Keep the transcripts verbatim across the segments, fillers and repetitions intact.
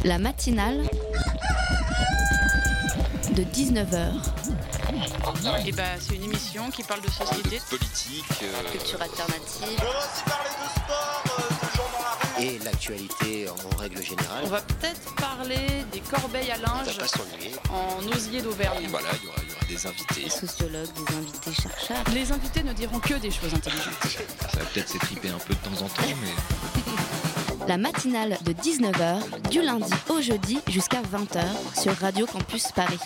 La matinale de dix-neuf heures. Et bah, c'est une émission qui parle de société, de politique, euh... culture alternative. On va aussi parler de sport, euh, de gens dans la rue. Et l'actualité en règle générale. On va peut-être parler des corbeilles à linge. On va pas s'ennuyer. En osier d'Auvergne. Voilà, il y aura, il y aura des invités. Des sociologues, des invités chercheurs. Les invités ne diront que des choses intelligentes. Ça va peut-être s'étriper un peu de temps en temps, mais... La matinale de dix-neuf heures, du lundi au jeudi jusqu'à vingt heures sur Radio Campus Paris.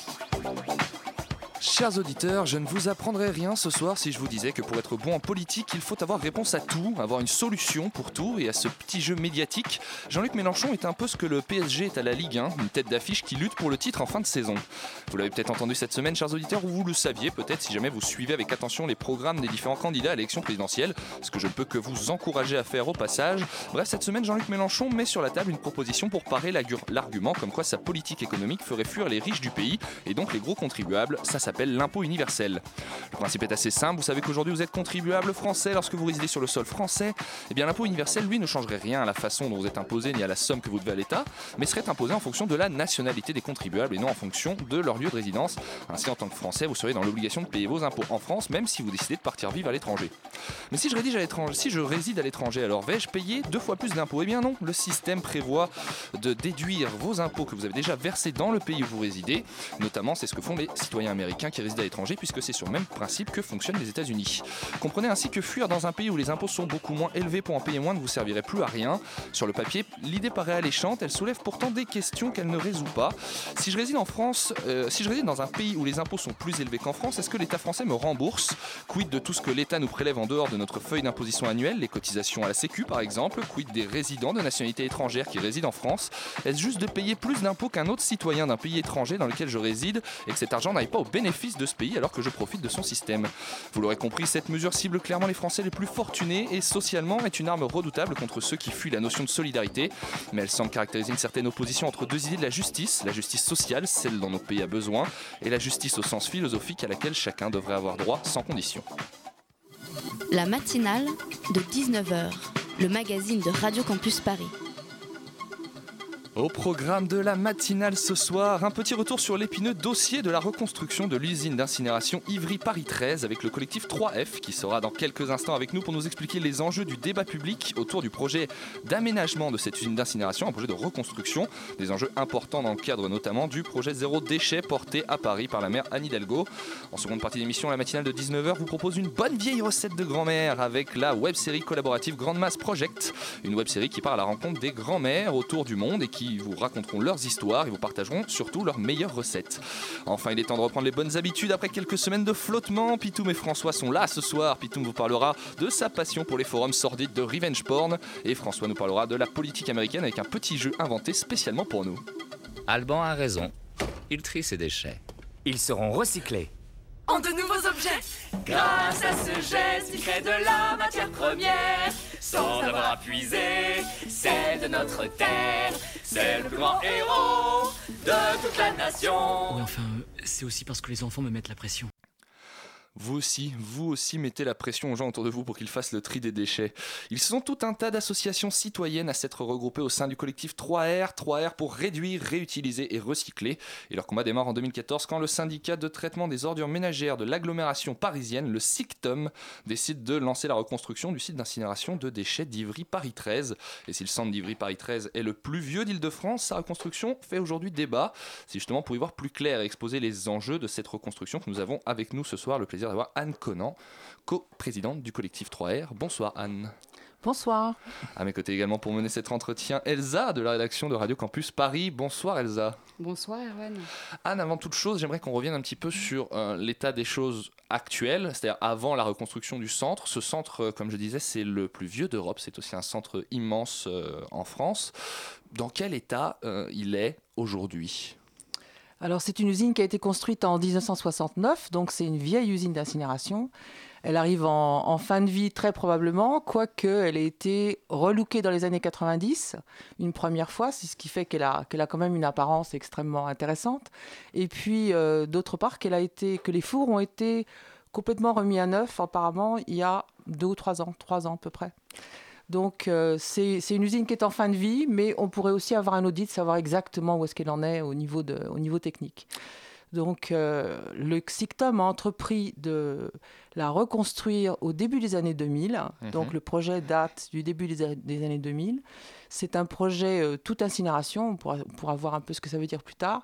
Chers auditeurs, je ne vous apprendrai rien ce soir si je vous disais que pour être bon en politique, il faut avoir réponse à tout, avoir une solution pour tout, et à ce petit jeu médiatique, Jean-Luc Mélenchon est un peu ce que le P S G est à la Ligue un, une tête d'affiche qui lutte pour le titre en fin de saison. Vous l'avez peut-être entendu cette semaine, chers auditeurs, ou vous le saviez peut-être si jamais vous suivez avec attention les programmes des différents candidats à l'élection présidentielle, ce que je ne peux que vous encourager à faire au passage. Bref, cette semaine, Jean-Luc Mélenchon met sur la table une proposition pour parer l'argument comme quoi sa politique économique ferait fuir les riches du pays, et donc les gros contribuables. Ça s'appelle l'impôt universel. Le principe est assez simple, vous savez qu'aujourd'hui vous êtes contribuable français lorsque vous résidez sur le sol français. Eh bien l'impôt universel, lui, ne changerait rien à la façon dont vous êtes imposé ni à la somme que vous devez à l'État, mais serait imposé en fonction de la nationalité des contribuables et non en fonction de leur lieu de résidence. Ainsi, en tant que Français, vous seriez dans l'obligation de payer vos impôts en France, même si vous décidez de partir vivre à l'étranger. Mais si je réside à l'étranger, si je réside à l'étranger, alors vais-je payer deux fois plus d'impôts ? Eh bien non, le système prévoit de déduire vos impôts que vous avez déjà versés dans le pays où vous résidez. Notamment, c'est ce que font les citoyens américains qui résident à l'étranger, puisque c'est sur le même principe que fonctionnent les États-Unis. Comprenez ainsi que fuir dans un pays où les impôts sont beaucoup moins élevés pour en payer moins ne vous servirait plus à rien. Sur le papier, l'idée paraît alléchante, elle soulève pourtant des questions qu'elle ne résout pas. Si je réside en France, euh, si je réside dans un pays où les impôts sont plus élevés qu'en France, est-ce que l'État français me rembourse ? Quid de tout ce que l'État nous prélève en dehors de notre feuille d'imposition annuelle, les cotisations à la Sécu par exemple ? Quid des résidents de nationalité étrangère qui résident en France ? Est-ce juste de payer plus d'impôts qu'un autre citoyen d'un pays étranger dans lequel je réside et que cet argent n'aille pas au bénéfice de ce pays alors que je profite de son système ? Vous l'aurez compris, cette mesure cible clairement les Français les plus fortunés et socialement est une arme redoutable contre ceux qui fuient la notion de solidarité. Mais elle semble caractériser une certaine opposition entre deux idées de la justice, la justice sociale, celle dont notre pays a besoin, et la justice au sens philosophique à laquelle chacun devrait avoir droit sans condition. La matinale de dix-neuf heures, le magazine de Radio Campus Paris. Au programme de la matinale ce soir, un petit retour sur l'épineux dossier de la reconstruction de l'usine d'incinération Ivry-Paris treize avec le collectif trois F qui sera dans quelques instants avec nous pour nous expliquer les enjeux du débat public autour du projet d'aménagement de cette usine d'incinération, un projet de reconstruction, des enjeux importants dans le cadre notamment du projet zéro déchet porté à Paris par la maire Anne Hidalgo. En seconde partie d'émission, la matinale de dix-neuf heures vous propose une bonne vieille recette de grand-mère avec la web-série collaborative Grande Masse Project, une web-série qui part à la rencontre des grands-mères autour du monde et qui vous raconteront leurs histoires et vous partageront surtout leurs meilleures recettes. Enfin, il est temps de reprendre les bonnes habitudes après quelques semaines de flottement. Pitoum et François sont là ce soir. Pitoum vous parlera de sa passion pour les forums sordides de revenge porn et François nous parlera de la politique américaine avec un petit jeu inventé spécialement pour nous. Alban a raison. Il trie ses déchets. Ils seront recyclés en de nouveaux objets. Grâce à ce geste, il crée de la matière première sans avoir à puiser celle de notre terre. C'est le plus grand héros de toute la nation. Oui, enfin, c'est aussi parce que les enfants me mettent la pression. Vous aussi, vous aussi mettez la pression aux gens autour de vous pour qu'ils fassent le tri des déchets. Ils sont tout un tas d'associations citoyennes à s'être regroupées au sein du collectif trois R, trois R pour réduire, réutiliser et recycler. Et leur combat démarre en deux mille quatorze quand le syndicat de traitement des ordures ménagères de l'agglomération parisienne, le SICTOM, décide de lancer la reconstruction du site d'incinération de déchets d'Ivry-Paris treize. Et si le centre d'Ivry-Paris treize est le plus vieux d'Île-de-France, sa reconstruction fait aujourd'hui débat. C'est justement pour y voir plus clair et exposer les enjeux de cette reconstruction que nous avons avec nous ce soir le plaisir d'avoir Anne Conan, co-présidente du collectif trois R. Bonsoir Anne. Bonsoir. À mes côtés également pour mener cet entretien, Elsa de la rédaction de Radio Campus Paris. Bonsoir Elsa. Bonsoir Erwan. Anne, avant toute chose, j'aimerais qu'on revienne un petit peu sur euh, l'état des choses actuelles, c'est-à-dire avant la reconstruction du centre. Ce centre, euh, comme je disais, c'est le plus vieux d'Europe, c'est aussi un centre immense euh, en France. Dans quel état euh, il est aujourd'hui ? Alors c'est une usine qui a été construite en dix-neuf cent soixante-neuf, donc c'est une vieille usine d'incinération. Elle arrive en, en fin de vie très probablement, quoique elle ait été relookée dans les années quatre-vingt-dix, une première fois, c'est ce qui fait qu'elle a, qu'elle a quand même une apparence extrêmement intéressante. Et puis euh, d'autre part, qu'elle a été, que les fours ont été complètement remis à neuf apparemment il y a deux ou trois ans, trois ans à peu près. Donc euh, c'est, c'est une usine qui est en fin de vie, mais on pourrait aussi avoir un audit, savoir exactement où est-ce qu'elle en est au niveau, de, au niveau technique. Donc euh, le SICTOM a entrepris de la reconstruire au début des années deux mille. Mmh. Donc le projet date du début des, des années deux mille. C'est un projet euh, toute incinération, on pourra, on pourra voir un peu ce que ça veut dire plus tard.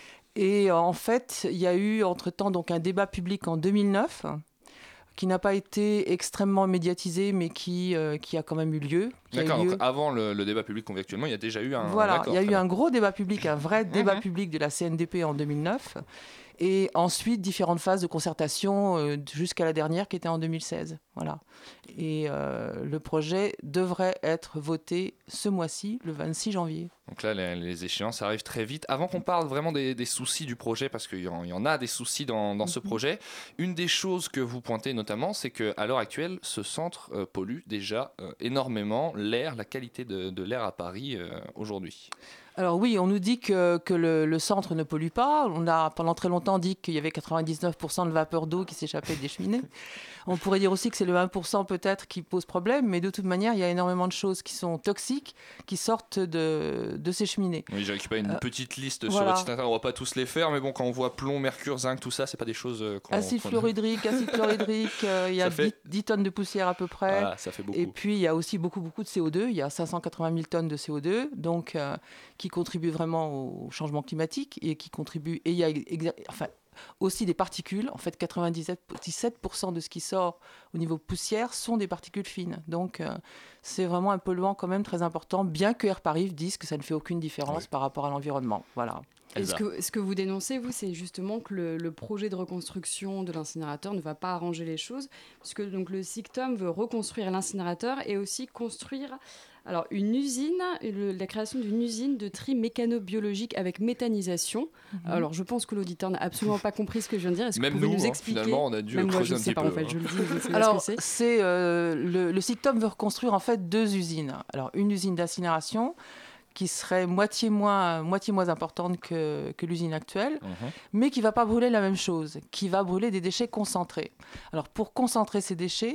Et euh, en fait, il y a eu entre-temps donc, un débat public en deux mille neuf qui n'a pas été extrêmement médiatisé, mais qui, euh, qui a quand même eu lieu. D'accord, eu lieu. Donc avant le, le débat public qu'on vit actuellement, il y a déjà eu un... Voilà, il y a eu un gros débat public, un vrai débat mmh. public de la C N D P en deux mille neuf. Et ensuite, différentes phases de concertation euh, jusqu'à la dernière qui était en deux mille seize. Voilà. Et euh, le projet devrait être voté ce mois-ci, le vingt-six janvier. Donc là, les, les échéances arrivent très vite. Avant qu'on parle vraiment des, des soucis du projet, parce qu'il y en, il y en a des soucis dans, dans ce mm-hmm. projet, une des choses que vous pointez notamment, c'est qu'à l'heure actuelle, ce centre euh, pollue déjà euh, énormément l'air, la qualité de, de l'air à Paris euh, aujourd'hui. Alors oui, on nous dit que, que le, le centre ne pollue pas. On a pendant très longtemps dit qu'il y avait quatre-vingt-dix-neuf pour cent de vapeur d'eau qui s'échappait des cheminées. On pourrait dire aussi que c'est le un pour cent peut-être qui pose problème, mais de toute manière, il y a énormément de choses qui sont toxiques, qui sortent de, de ces cheminées. Oui, j'ai récupéré une euh, petite liste voilà. sur votre site internet, on ne va pas tous les faire, mais bon, quand on voit plomb, mercure, zinc, tout ça, c'est pas des choses qu'on... Acide qu'on... fluorhydrique, acide chlorhydrique, euh, il y a fait... dix tonnes de poussière à peu près. Voilà, ça fait beaucoup. Et puis, il y a aussi beaucoup, beaucoup de C O deux, il y a cinq cent quatre-vingt mille tonnes de C O deux, donc, euh, qui contribuent vraiment au changement climatique et qui contribuent... Et il y a... Exa... Enfin, aussi des particules. En fait, quatre-vingt-dix-sept pour cent de ce qui sort au niveau poussière sont des particules fines. Donc, euh, c'est vraiment un polluant quand même très important, bien que Air Paris dise que ça ne fait aucune différence oui. par rapport à l'environnement. Voilà. Et ce que, ce que vous dénoncez, vous, c'est justement que le, le projet de reconstruction de l'incinérateur ne va pas arranger les choses, puisque donc, le SICTOM veut reconstruire l'incinérateur et aussi construire alors, une usine, le, la création d'une usine de tri mécano-biologique avec méthanisation. Mm-hmm. Alors, je pense que l'auditeur n'a absolument pas compris ce que je viens de dire. Est-ce que Même vous pouvez nous, nous hein, expliquer? Finalement, on a dû Même creuser moi, un petit peu. Pas, en fait, je le dis, je sais Alors, ce que c'est. c'est, euh, le, le SICTOM veut reconstruire en fait deux usines. Alors, une usine d'incinération qui serait moitié moins, moitié moins importante que, que l'usine actuelle, mmh. mais qui ne va pas brûler la même chose, qui va brûler des déchets concentrés. Alors, pour concentrer ces déchets,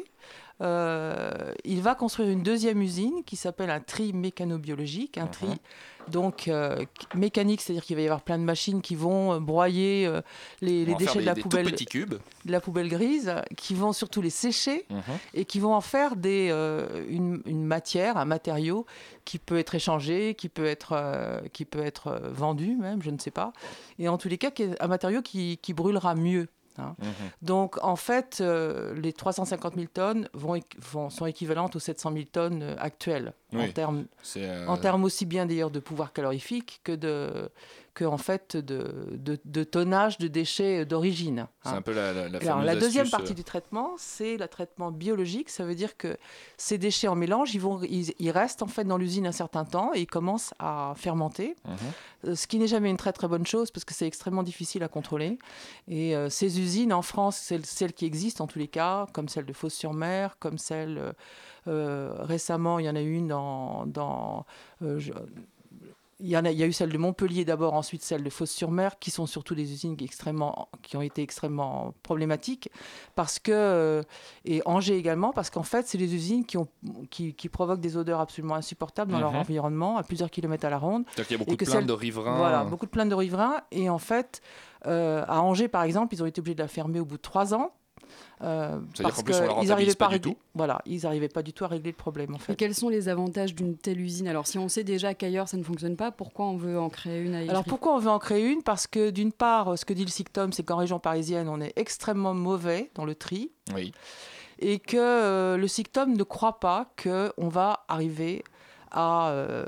euh, il va construire une deuxième usine qui s'appelle un tri mécano-biologique, un mmh. tri donc euh, mécanique, c'est-à-dire qu'il va y avoir plein de machines qui vont euh, broyer euh, les, les déchets des, de, la des poubelle, de la poubelle grise, qui vont surtout les sécher mmh. et qui vont en faire des, euh, une, une matière, un matériau qui peut être échangé, qui peut être, euh, qui peut être euh, vendu même, je ne sais pas. Et en tous les cas, un matériau qui, qui brûlera mieux. Hein. Mmh. Donc, en fait, euh, les trois cent cinquante mille tonnes vont, vont, sont équivalentes aux sept cent mille tonnes euh, actuelles, oui, en termes euh... en termes aussi bien d'ailleurs de pouvoir calorifique que, de, que en fait, de, de, de tonnage de déchets d'origine. Hein. C'est un peu la, la, la Alors, la deuxième astuce, partie euh... du traitement, c'est le traitement biologique. Ça veut dire que ces déchets en mélange, ils, vont, ils, ils restent en fait dans l'usine un certain temps et ils commencent à fermenter, mmh. ce qui n'est jamais une très très bonne chose parce que c'est extrêmement difficile à contrôler. Et euh, ces usines en France, celles, celles qui existent en tous les cas, comme celle de Fos-sur-Mer, comme celle euh, euh, récemment, il y en a une dans... dans euh, je, Il y, en a, il y a eu celle de Montpellier d'abord, ensuite celle de Fos-sur-Mer, qui sont surtout des usines qui, extrêmement, qui ont été extrêmement problématiques. Parce que, et Angers également, parce qu'en fait, c'est des usines qui, ont, qui, qui provoquent des odeurs absolument insupportables dans mmh. leur environnement, à plusieurs kilomètres à la ronde. C'est-à-dire qu'il y a beaucoup de plaintes celle, de riverains. Voilà, beaucoup de plaintes de riverains. Et en fait, euh, à Angers, par exemple, ils ont été obligés de la fermer au bout de trois ans. Euh, parce qu'ils n'arrivaient pas, pas, voilà, pas du tout à régler le problème. En fait. Et quels sont les avantages d'une telle usine? Alors, si on sait déjà qu'ailleurs ça ne fonctionne pas, pourquoi on veut en créer une à Ivry? Alors, pourquoi on veut en créer une? Parce que d'une part, ce que dit le SICTOM, c'est qu'en région parisienne, on est extrêmement mauvais dans le tri. Oui. Et que euh, le SICTOM ne croit pas qu'on va arriver à, euh,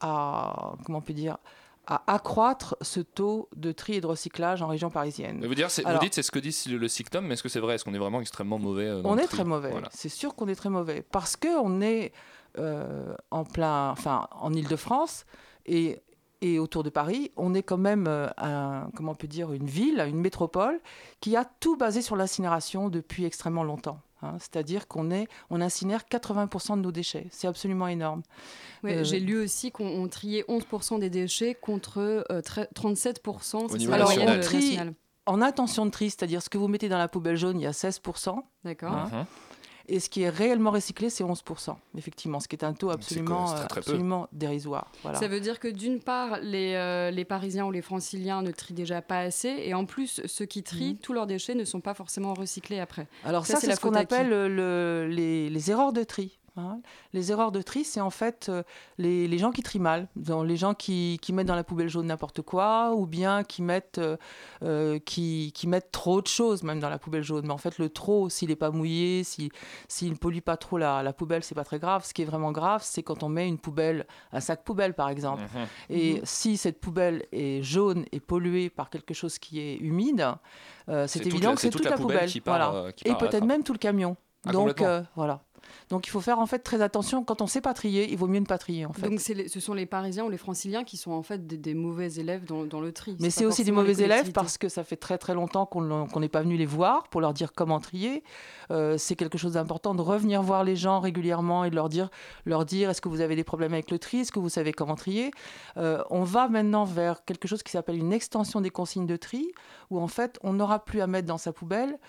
à, comment on peut dire, à accroître ce taux de tri et de recyclage en région parisienne. Vous, dire, Alors, vous dites c'est ce que dit le SICTOM, mais est-ce que c'est vrai? Est-ce qu'on est vraiment extrêmement mauvais euh, dans On le est tri? très mauvais, voilà. C'est sûr qu'on est très mauvais. Parce qu'on est euh, en plein, enfin, en Île-de-France et, et autour de Paris, on est quand même euh, un, comment on peut dire, une ville, une métropole qui a tout basé sur l'incinération depuis extrêmement longtemps. Hein, c'est-à-dire qu'on est, on incinère quatre-vingts pour cent de nos déchets. C'est absolument énorme. Ouais, euh, j'ai lu aussi qu'on triait onze pour cent des déchets contre euh, trente-sept pour cent. C'est Alors, on trie en intention de tri, c'est-à-dire ce que vous mettez dans la poubelle jaune, il y a seize pour cent. D'accord. Hein. Uh-huh. Et ce qui est réellement recyclé, c'est onze pour cent, effectivement, ce qui est un taux absolument, c'est très, très absolument dérisoire. Voilà. Ça veut dire que d'une part, les, euh, les Parisiens ou les Franciliens ne trient déjà pas assez, et en plus, ceux qui trient, mmh. tous leurs déchets ne sont pas forcément recyclés après. Alors ça, ça c'est, c'est ce qu'on appelle le, les, les erreurs de tri. Hein. Les erreurs de tri, c'est en fait euh, les, les gens qui trient mal, donc les gens qui, qui mettent dans la poubelle jaune n'importe quoi, ou bien qui mettent, euh, euh, qui, qui mettent trop de choses même dans la poubelle jaune. Mais en fait, le trop, s'il n'est pas mouillé, si, s'il ne pollue pas trop la, la poubelle, c'est pas très grave. Ce qui est vraiment grave, c'est quand on met une poubelle, un sac poubelle par exemple. Mmh. Et mmh. si cette poubelle est jaune et polluée par quelque chose qui est humide, euh, c'est, c'est évident la, que c'est, c'est toute, toute la, la poubelle. poubelle qui part, voilà. euh, qui part et peut-être même tout le camion. Ah, donc euh, voilà. Donc il faut faire en fait très attention. Quand on ne sait pas trier, il vaut mieux ne pas trier en fait. Donc c'est les, ce sont les Parisiens ou les Franciliens qui sont en fait des, des mauvais élèves dans, dans le tri. Mais c'est, c'est aussi des mauvais élèves parce que ça fait très très longtemps qu'on qu'on n'est pas venu les voir pour leur dire comment trier. Euh, c'est quelque chose d'important de revenir voir les gens régulièrement et de leur dire, leur dire est-ce que vous avez des problèmes avec le tri, est-ce que vous savez comment trier. Euh, on va maintenant vers quelque chose qui s'appelle une extension des consignes de tri où en fait on n'aura plus à mettre dans sa poubelle.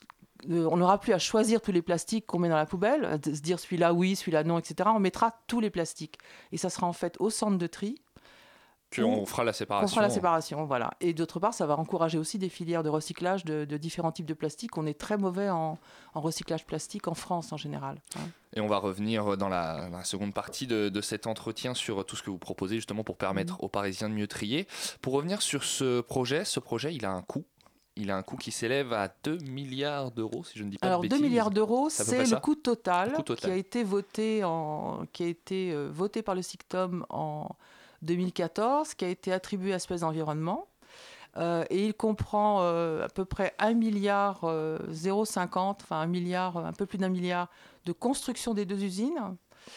On n'aura plus à choisir tous les plastiques qu'on met dans la poubelle, à se dire celui-là oui, celui-là non, et cetera. On mettra tous les plastiques. Et ça sera en fait au centre de tri. Qu'on fera la séparation. On fera la séparation, voilà. Et d'autre part, ça va encourager aussi des filières de recyclage de, de différents types de plastiques. On est très mauvais en, en recyclage plastique en France en général. Hein. Et on va revenir dans la, dans la seconde partie de, de cet entretien sur tout ce que vous proposez justement pour permettre mmh. aux Parisiens de mieux trier. Pour revenir sur ce projet, ce projet, il a un coût. Il a un coût qui s'élève à deux milliards d'euros, si je ne dis pas Alors, de bêtises. deux milliards d'euros, c'est, c'est le coût, total, le coût total qui a été voté, en, qui a été, euh, voté par le SICTOM en deux mille quatorze, qui a été attribué à Suez Environnement. Euh, et il comprend euh, à peu près un milliard euh, zéro virgule cinquante, enfin un milliard, un peu plus d'un milliard de construction des deux usines.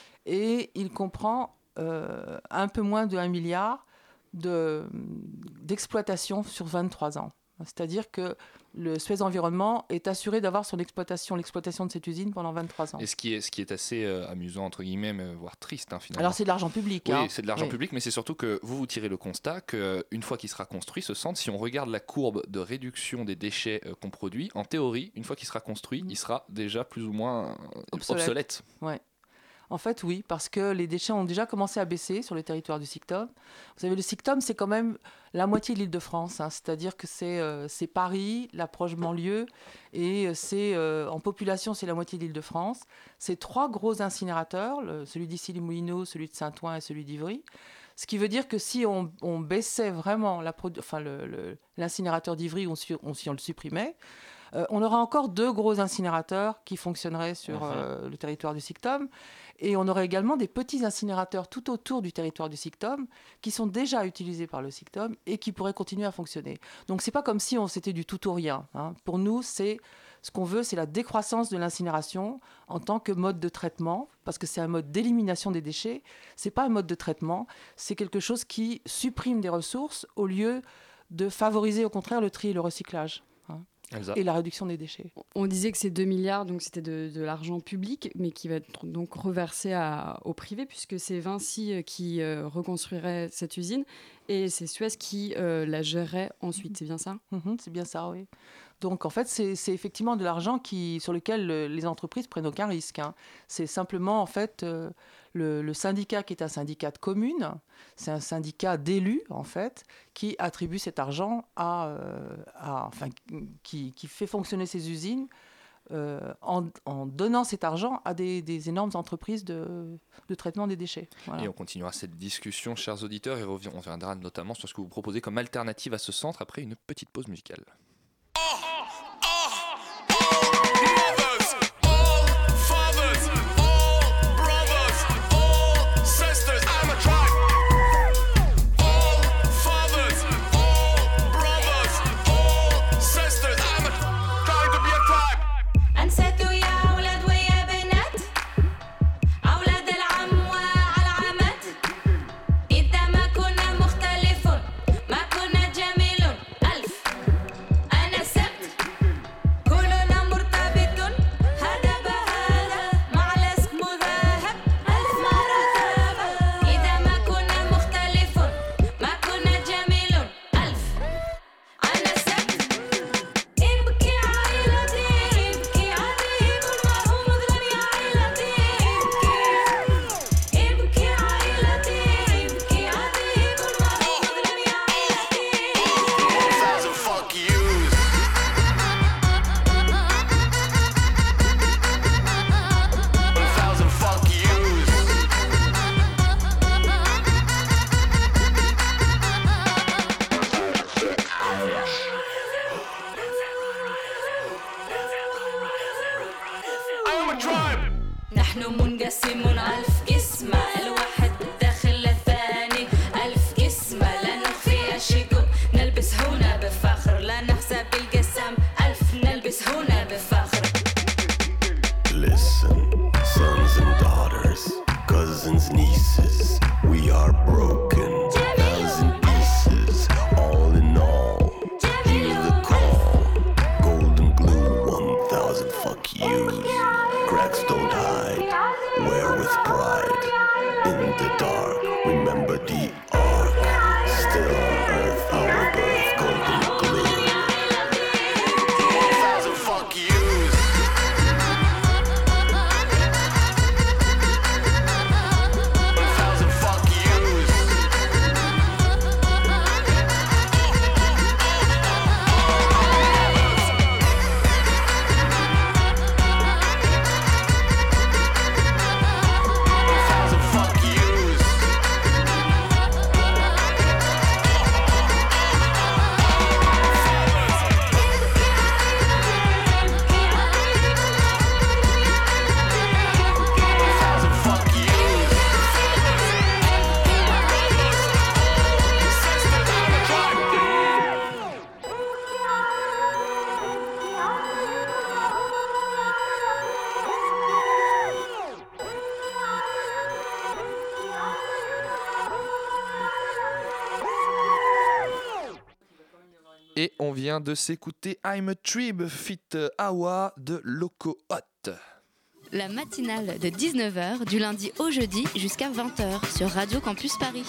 Et il comprend euh, un peu moins de un milliard de, d'exploitation sur vingt-trois ans. C'est-à-dire que le Suez Environnement est assuré d'avoir son exploitation, l'exploitation de cette usine pendant vingt-trois ans. Et ce qui est, ce qui est assez euh, amusant, entre guillemets, mais, voire triste, hein, finalement. Alors c'est de l'argent public. Oui, hein. c'est de l'argent oui. public, mais c'est surtout que vous, vous tirez le constat qu'une fois qu'il sera construit, ce centre, si on regarde la courbe de réduction des déchets euh, qu'on produit, en théorie, une fois qu'il sera construit, mmh. il sera déjà plus ou moins euh, obsolète. obsolète. Ouais. En fait, oui, parce que les déchets ont déjà commencé à baisser sur le territoire du SICTOM. Vous savez, le SICTOM, c'est quand même la moitié de l'Île-de-France, hein, c'est-à-dire que c'est, euh, c'est Paris, l'approche banlieue, et c'est, euh, en population, c'est la moitié de l'Île-de-France. C'est trois gros incinérateurs, le, celui d'Issy-les-Moulineaux, celui de Saint-Ouen et celui d'Ivry. Ce qui veut dire que si on, on baissait vraiment la produ- enfin, le, le, l'incinérateur d'Ivry, on, on, si on le supprimait, euh, on aura encore deux gros incinérateurs qui fonctionneraient sur mmh. euh, le territoire du SICTOM. Et on aurait également des petits incinérateurs tout autour du territoire du SICTOM qui sont déjà utilisés par le SICTOM et qui pourraient continuer à fonctionner. Donc c'est pas comme si on c'était du tout ou rien. Hein. Pour nous, c'est ce qu'on veut, c'est la décroissance de l'incinération en tant que mode de traitement, parce que c'est un mode d'élimination des déchets. C'est pas un mode de traitement, c'est quelque chose qui supprime des ressources au lieu de favoriser au contraire le tri et le recyclage. Hein. Et la réduction des déchets. On disait que ces deux milliards, donc c'était de, de l'argent public, mais qui va être donc reversé à, au privé, puisque c'est Vinci qui euh, reconstruirait cette usine et c'est Suez qui euh, la gérerait ensuite. Mmh. C'est bien ça ? Mmh, c'est bien ça, oui. Donc en fait, c'est, c'est effectivement de l'argent qui, sur lequel le, les entreprises prennent aucun risque. Hein. C'est simplement en fait euh, le, le syndicat qui est un syndicat de communes, c'est un syndicat d'élus en fait, qui attribue cet argent à, euh, à enfin, qui, qui fait fonctionner ces usines euh, en, en donnant cet argent à des, des énormes entreprises de, de traitement des déchets. Voilà. Et on continuera cette discussion, chers auditeurs, et on reviendra notamment sur ce que vous proposez comme alternative à ce centre après une petite pause musicale. إذا ما كنا مختلفون ما كنا جميلون ألف Et on vient de s'écouter I'm a Trib fit Awa de Loco Hot. La matinale de dix-neuf heures du lundi au jeudi jusqu'à vingt heures sur Radio Campus Paris.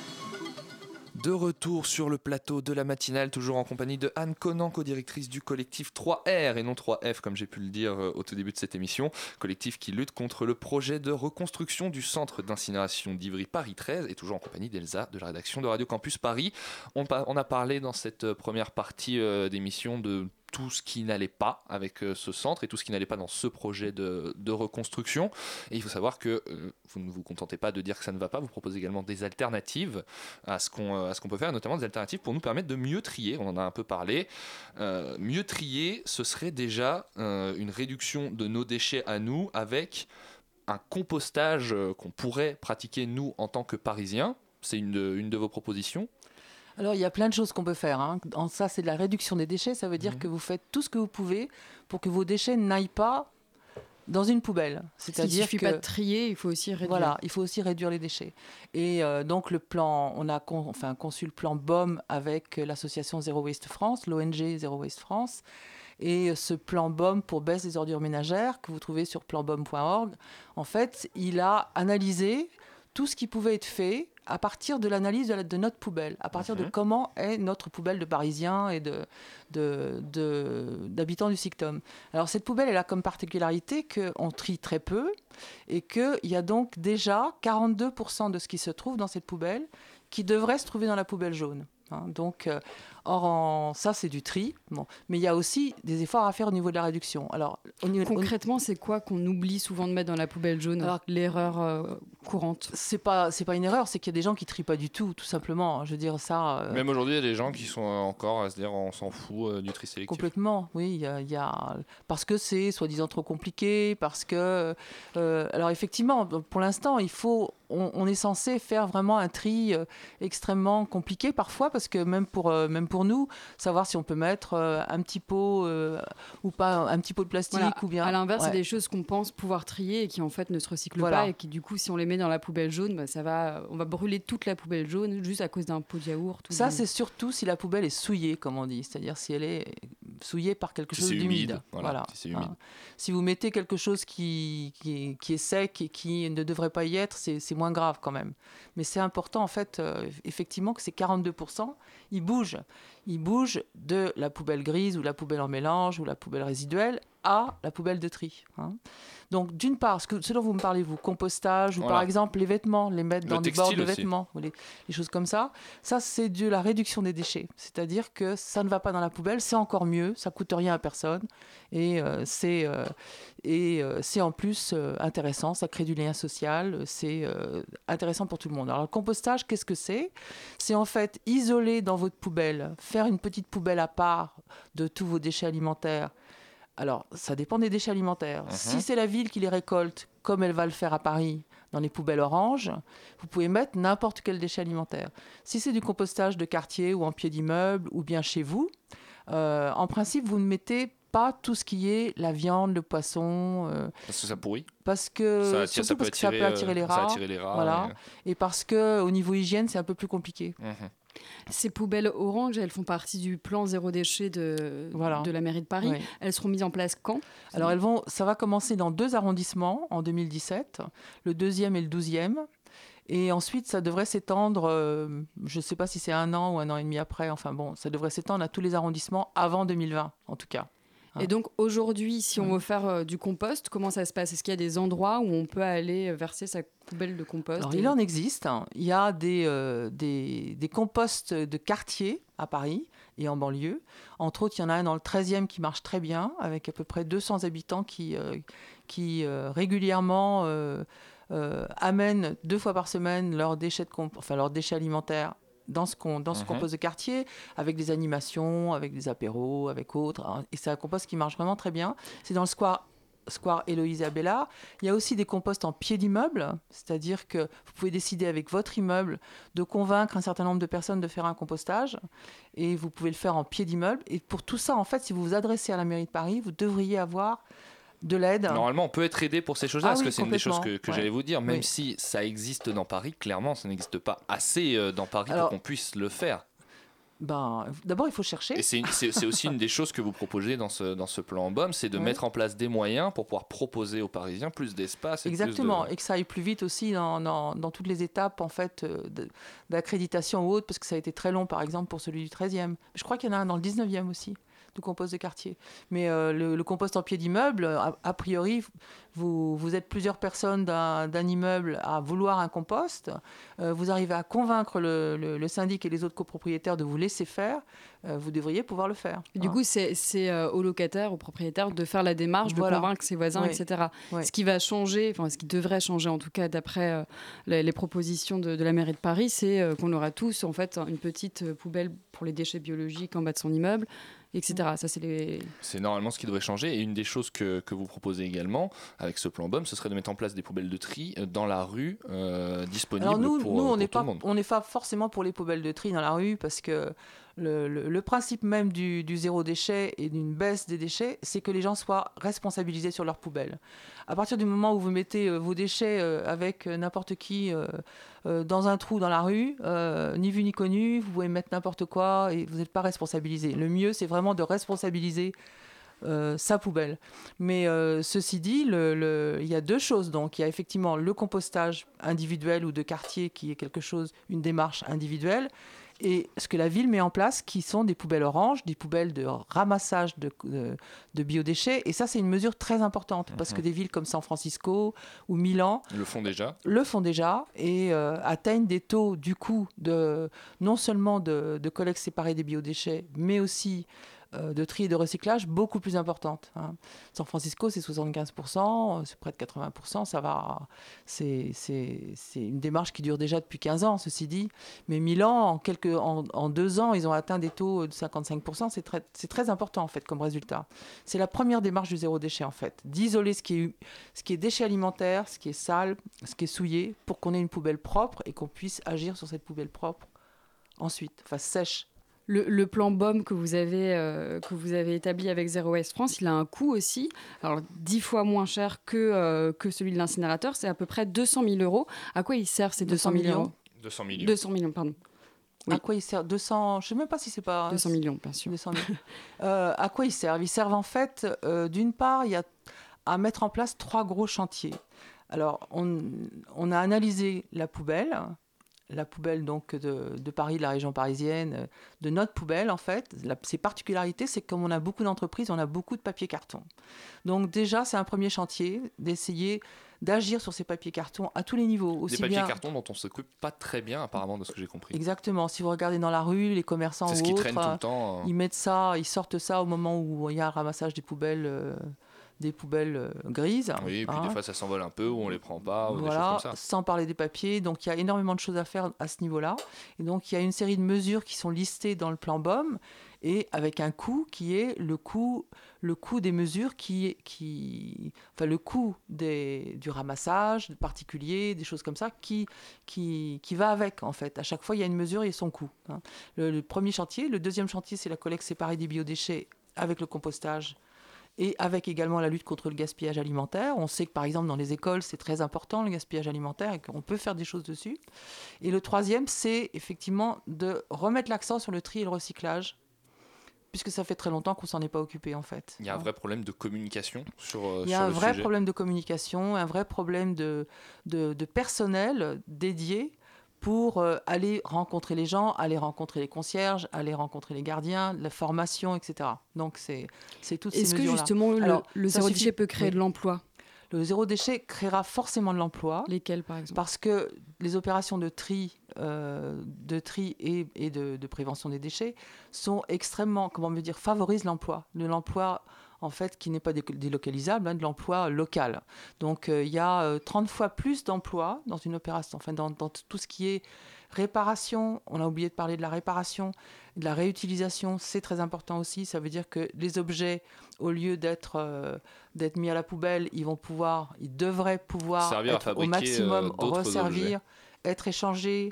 De retour sur le plateau de la matinale, toujours en compagnie de Anne Conan, co-directrice du collectif trois R et non trois F comme j'ai pu le dire au tout début de cette émission, collectif qui lutte contre le projet de reconstruction du centre d'incinération d'Ivry Paris treize, et toujours en compagnie d'Elsa de la rédaction de Radio Campus Paris. On, on a parlé dans cette première partie euh, d'émission de tout ce qui n'allait pas avec euh, ce centre et tout ce qui n'allait pas dans ce projet de, de reconstruction. Et il faut savoir que euh, vous ne vous contentez pas de dire que ça ne va pas, vous proposez également des alternatives à ce qu'on, à ce qu'on peut faire, et notamment des alternatives pour nous permettre de mieux trier. On en a un peu parlé. Euh, mieux trier, ce serait déjà euh, une réduction de nos déchets à nous avec un compostage euh, qu'on pourrait pratiquer nous en tant que Parisiens. C'est une de, une de vos propositions. Alors, il y a plein de choses qu'on peut faire. Hein. En ça, c'est de la réduction des déchets. Ça veut dire mmh. que vous faites tout ce que vous pouvez pour que vos déchets n'aillent pas dans une poubelle. C'est-à-dire qu'il ne suffit que, pas de trier, il faut aussi réduire. Voilà, il faut aussi réduire les déchets. Et euh, donc, le plan, on a con, enfin, conçu le plan B O M avec l'association Zero Waste France, l'O N G Zero Waste France. Et ce plan B O M pour baisse des ordures ménagères, que vous trouvez sur plan bom point org, en fait, il a analysé tout ce qui pouvait être fait à partir de l'analyse de, la, de notre poubelle, à partir mmh. de comment est notre poubelle de Parisiens et de, de, de, d'habitants du Sictom. Alors cette poubelle, elle a comme particularité qu'on trie très peu et qu'il y a donc déjà quarante-deux pour cent de ce qui se trouve dans cette poubelle qui devrait se trouver dans la poubelle jaune. Hein, donc, euh, or, en, ça, c'est du tri. Bon. Mais il y a aussi des efforts à faire au niveau de la réduction. Alors, au niveau, concrètement, c'est quoi qu'on oublie souvent de mettre dans la poubelle jaune? Alors, l'erreur euh, courante. C'est pas, c'est pas une erreur, c'est qu'il y a des gens qui trient pas du tout, tout simplement. Je veux dire ça. Euh... Même aujourd'hui, il y a des gens qui sont encore à se dire on s'en fout euh, du tri sélectif. Complètement, oui. Il y a, il y a... parce que c'est soi-disant trop compliqué, parce que. Euh, alors, effectivement, pour l'instant, il faut. On, on est censé faire vraiment un tri euh, extrêmement compliqué parfois, parce que même pour, euh, même pour nous, savoir si on peut mettre euh, un petit pot euh, ou pas, un petit pot de plastique voilà. ou bien... À l'inverse, ouais. c'est des choses qu'on pense pouvoir trier et qui en fait ne se recyclent voilà. pas, et qui du coup, si on les met dans la poubelle jaune, bah, ça va, on va brûler toute la poubelle jaune juste à cause d'un pot de yaourt. Ça, du... c'est surtout si la poubelle est souillée, comme on dit, c'est-à-dire si elle est souillée par quelque si chose c'est d'humide. Humide. Voilà. Voilà. Si, c'est humide. Hein. Si vous mettez quelque chose qui, qui, qui est sec et qui ne devrait pas y être, c'est, c'est moins grave quand même. Mais c'est important, en fait, euh, effectivement, que ces quarante-deux pour cent, ils bougent. Ils bougent de la poubelle grise ou la poubelle en mélange ou la poubelle résiduelle à la poubelle de tri. Hein. Donc, d'une part, ce, que, ce dont vous me parlez, vous, compostage, ou voilà. par exemple les vêtements, les mettre dans des bords de aussi. Vêtements, ou les, les choses comme ça, ça, c'est de la réduction des déchets. C'est-à-dire que ça ne va pas dans la poubelle, c'est encore mieux, ça ne coûte rien à personne, et, euh, c'est, euh, et euh, c'est en plus euh, intéressant, ça crée du lien social, c'est euh, intéressant pour tout le monde. Alors, le compostage, qu'est-ce que c'est ? C'est en fait isoler dans votre poubelle, faire une petite poubelle à part de tous vos déchets alimentaires. Alors, ça dépend des déchets alimentaires. Mmh. Si c'est la ville qui les récolte, comme elle va le faire à Paris, dans les poubelles oranges, vous pouvez mettre n'importe quel déchet alimentaire. Si c'est du compostage de quartier ou en pied d'immeuble ou bien chez vous, euh, en principe, vous ne mettez pas tout ce qui est la viande, le poisson. Euh, parce que ça pourrit. Parce que ça attire, surtout ça parce attirer, que ça peut attirer les rats. Ça attire les rats. Voilà. Et... et parce que au niveau hygiène, c'est un peu plus compliqué. Mmh. Ces poubelles oranges, elles font partie du plan zéro déchet de, voilà. de la mairie de Paris. Oui. Elles seront mises en place quand ? Alors, elles vont, ça va commencer dans deux arrondissements en deux mille dix-sept, le deuxième et le douzième. Et ensuite, ça devrait s'étendre, euh, je ne sais pas si c'est un an ou un an et demi après, enfin bon, ça devrait s'étendre à tous les arrondissements avant deux mille vingt, en tout cas. Et donc aujourd'hui, si on veut faire euh, du compost, comment ça se passe ? Est-ce qu'il y a des endroits où on peut aller verser sa poubelle de compost ? Alors, et... il en existe. Hein. Il y a des, euh, des, des composts de quartier à Paris et en banlieue. Entre autres, il y en a un dans le treizième qui marche très bien, avec à peu près deux cents habitants qui, euh, qui euh, régulièrement euh, euh, amènent deux fois par semaine leurs déchets, de comp- enfin, leurs déchets alimentaires dans ce qu'on dans ce mmh. compost de quartier, avec des animations, avec des apéros, avec autres. Et c'est un compost qui marche vraiment très bien. C'est dans le square, square Héloïse Abella. Il y a aussi des composts en pied d'immeuble, c'est-à-dire que vous pouvez décider avec votre immeuble de convaincre un certain nombre de personnes de faire un compostage, et vous pouvez le faire en pied d'immeuble. Et pour tout ça, en fait, si vous vous adressez à la mairie de Paris, vous devriez avoir de l'aide. Normalement, on peut être aidé pour ces choses-là, ah parce oui, que c'est une des choses que, que ouais. j'allais vous dire. Même oui. si ça existe dans Paris, clairement, ça n'existe pas assez dans Paris Alors, pour qu'on puisse le faire. Ben, d'abord, il faut chercher. Et c'est, une, c'est, c'est aussi une des choses que vous proposez dans ce, dans ce plan B O M, c'est de oui. mettre en place des moyens pour pouvoir proposer aux Parisiens plus d'espace. Et Exactement, plus de... et que ça aille plus vite aussi dans, dans, dans toutes les étapes en fait, de, d'accréditation ou autre, parce que ça a été très long, par exemple, pour celui du treizième. Je crois qu'il y en a un dans le dix-neuvième aussi, de compost de quartier. Mais euh, le, le compost en pied d'immeuble, a, a priori, vous, vous êtes plusieurs personnes d'un, d'un immeuble à vouloir un compost, euh, vous arrivez à convaincre le, le, le syndic et les autres copropriétaires de vous laisser faire, euh, vous devriez pouvoir le faire. Du hein. coup, c'est, c'est euh, aux locataires, aux propriétaires de faire la démarche, voilà. de convaincre ses voisins, oui. et cetera. Oui. Ce qui va changer, enfin ce qui devrait changer en tout cas d'après euh, les, les propositions de, de la mairie de Paris, c'est euh, qu'on aura tous en fait une petite poubelle pour les déchets biologiques en bas de son immeuble, et cetera. Ça, c'est, les... c'est normalement ce qui devrait changer. Et une des choses que, que vous proposez également avec ce plan B O M, ce serait de mettre en place des poubelles de tri dans la rue euh, disponibles Alors nous, pour, nous, on pour n'est tout pas, le monde. On n'est pas forcément pour les poubelles de tri dans la rue parce que le, le, le principe même du, du zéro déchet et d'une baisse des déchets, c'est que les gens soient responsabilisés sur leurs poubelles. À partir du moment où vous mettez euh, vos déchets euh, avec n'importe qui euh, euh, dans un trou dans la rue, euh, ni vu ni connu, vous pouvez mettre n'importe quoi et vous n'êtes pas responsabilisé. Le mieux, c'est vraiment de responsabiliser Euh, sa poubelle. Mais euh, ceci dit, le, le, il y a deux choses. Donc, il y a effectivement le compostage individuel ou de quartier qui est quelque chose, une démarche individuelle, et ce que la ville met en place qui sont des poubelles oranges, des poubelles de ramassage de, de, de biodéchets. Et ça, c'est une mesure très importante parce que des villes comme San Francisco ou Milan le font déjà, le font déjà et euh, atteignent des taux du coup de, non seulement de, de collecte séparée des biodéchets, mais aussi de tri et de recyclage beaucoup plus importante. Hein. San Francisco, c'est soixante-quinze pour cent, c'est près de quatre-vingts pour cent, ça va. C'est, c'est, c'est une démarche qui dure déjà depuis quinze ans, ceci dit. Mais Milan, en, quelques, en, en deux ans, ils ont atteint des taux de cinquante-cinq pour cent, c'est très, c'est très important en fait comme résultat. C'est la première démarche du zéro déchet en fait, d'isoler ce qui est, ce qui est déchet alimentaire, ce qui est sale, ce qui est souillé, pour qu'on ait une poubelle propre et qu'on puisse agir sur cette poubelle propre ensuite, enfin sèche. Le, le plan B O M que vous avez, euh, que vous avez établi avec Zero Waste France, il a un coût aussi. Alors, dix fois moins cher que, euh, que celui de l'incinérateur. C'est à peu près deux cent mille euros. À quoi il sert ces deux cent mille euros ? deux cents millions. deux cents millions, pardon. Oui. À quoi ils servent deux cents, je ne sais même pas si c'est pas... deux cents millions, bien sûr. deux cents mille. euh, à quoi ils servent ? Ils servent en fait, euh, d'une part, il y a à mettre en place trois gros chantiers. Alors, on, on a analysé la poubelle... la poubelle donc de, de Paris, de la région parisienne, de notre poubelle en fait. La, ses particularités, c'est que comme on a beaucoup d'entreprises, on a beaucoup de papier carton. Donc déjà, c'est un premier chantier d'essayer d'agir sur ces papiers cartons à tous les niveaux. Aussi des papiers bien... cartons dont on ne s'occupe pas très bien apparemment de ce que j'ai compris. Exactement. Si vous regardez dans la rue, les commerçants c'est ou ce autres, qui traîne tout le temps, euh... ils mettent ça, ils sortent ça au moment où il y a un ramassage des poubelles... Euh... des poubelles euh, grises. Oui, et puis hein. Des fois ça s'envole un peu ou on les prend pas, ou voilà, des choses comme ça. Sans parler des papiers. Donc il y a énormément de choses à faire à ce niveau-là. Et donc il y a une série de mesures qui sont listées dans le plan B O M et avec un coût qui est le coût, le coût des mesures qui, qui, enfin le coût des, du ramassage particulier, des choses comme ça qui, qui, qui va avec en fait. À chaque fois il y a une mesure et son coût. Hein. Le, le premier chantier, le deuxième chantier c'est la collecte séparée des biodéchets avec le compostage. Et avec également la lutte contre le gaspillage alimentaire. On sait que par exemple dans les écoles, c'est très important le gaspillage alimentaire et qu'on peut faire des choses dessus. Et le troisième, c'est effectivement de remettre l'accent sur le tri et le recyclage, puisque ça fait très longtemps qu'on ne s'en est pas occupé en fait. Il y a un vrai problème de communication sur, euh, sur le sujet. Il y a un vrai problème de communication, un vrai problème de, de, de personnel dédié pour euh, aller rencontrer les gens, aller rencontrer les concierges, aller rencontrer les gardiens, la formation, et cetera. Donc, c'est, c'est toutes Est-ce ces mesures-là. Est-ce que justement, Alors, le, le zéro déchet peut créer oui. de l'emploi ? Le zéro déchet créera forcément de l'emploi. Lesquels, par exemple ? Parce que les opérations de tri, euh, de tri et, et de, de prévention des déchets sont extrêmement, comment me dire, favorisent l'emploi. De l'emploi... en fait, qui n'est pas délocalisable, hein, de l'emploi local. Donc, il euh, y a euh, trente fois plus d'emplois dans une opération, enfin, dans, dans tout ce qui est réparation. On a oublié de parler de la réparation, de la réutilisation, c'est très important aussi. Ça veut dire que les objets, au lieu d'être, euh, d'être mis à la poubelle, ils vont pouvoir, ils devraient pouvoir servir être au maximum euh, resservir, objets. être échangés,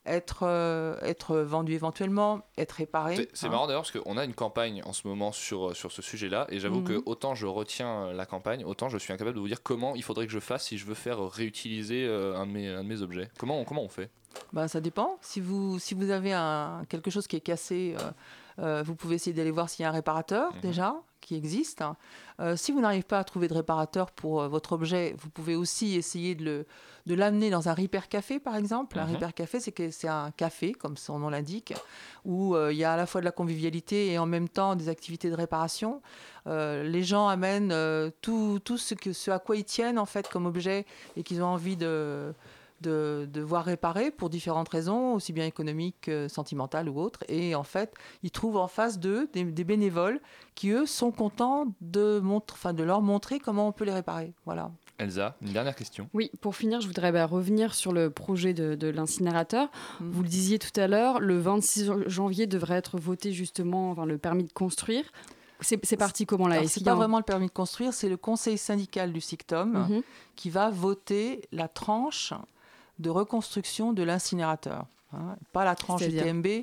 être, euh, être vendu éventuellement, être réparé. C'est, c'est hein. marrant d'ailleurs parce qu'on a une campagne en ce moment sur, sur ce sujet-là et j'avoue mmh. que autant je retiens la campagne, autant je suis incapable de vous dire comment il faudrait que je fasse si je veux faire réutiliser euh, un, de mes, un de mes objets. Comment, comment on fait ? Ben, ça dépend. Si vous, si vous avez un, quelque chose qui est cassé, euh, euh, vous pouvez essayer d'aller voir s'il y a un réparateur mmh. déjà qui existe. Euh, si vous n'arrivez pas à trouver de réparateur pour euh, votre objet, vous pouvez aussi essayer de, le, de l'amener dans un repair café, par exemple. Mmh. Un repair café, c'est, que, c'est un café, comme son nom l'indique, où il euh, y a à la fois de la convivialité et en même temps des activités de réparation. Euh, les gens amènent euh, tout, tout ce, que, ce à quoi ils tiennent, en fait, comme objet et qu'ils ont envie de... De, de voir réparer pour différentes raisons, aussi bien économiques que sentimentales ou autres. Et en fait, ils trouvent en face d'eux des, des bénévoles qui, eux, sont contents de, montre, enfin, de leur montrer comment on peut les réparer. Voilà. Elsa, une dernière question. Oui, pour finir, je voudrais bah, revenir sur le projet de, de l'incinérateur. Mmh. Vous le disiez tout à l'heure, le vingt-six janvier devrait être voté justement enfin, le permis de construire. C'est, c'est parti comment là ? Ce n'est pas un... vraiment le permis de construire, c'est le conseil syndical du SICTOM mmh. qui va voter la tranche de reconstruction de l'incinérateur. Hein, pas la tranche du T M B,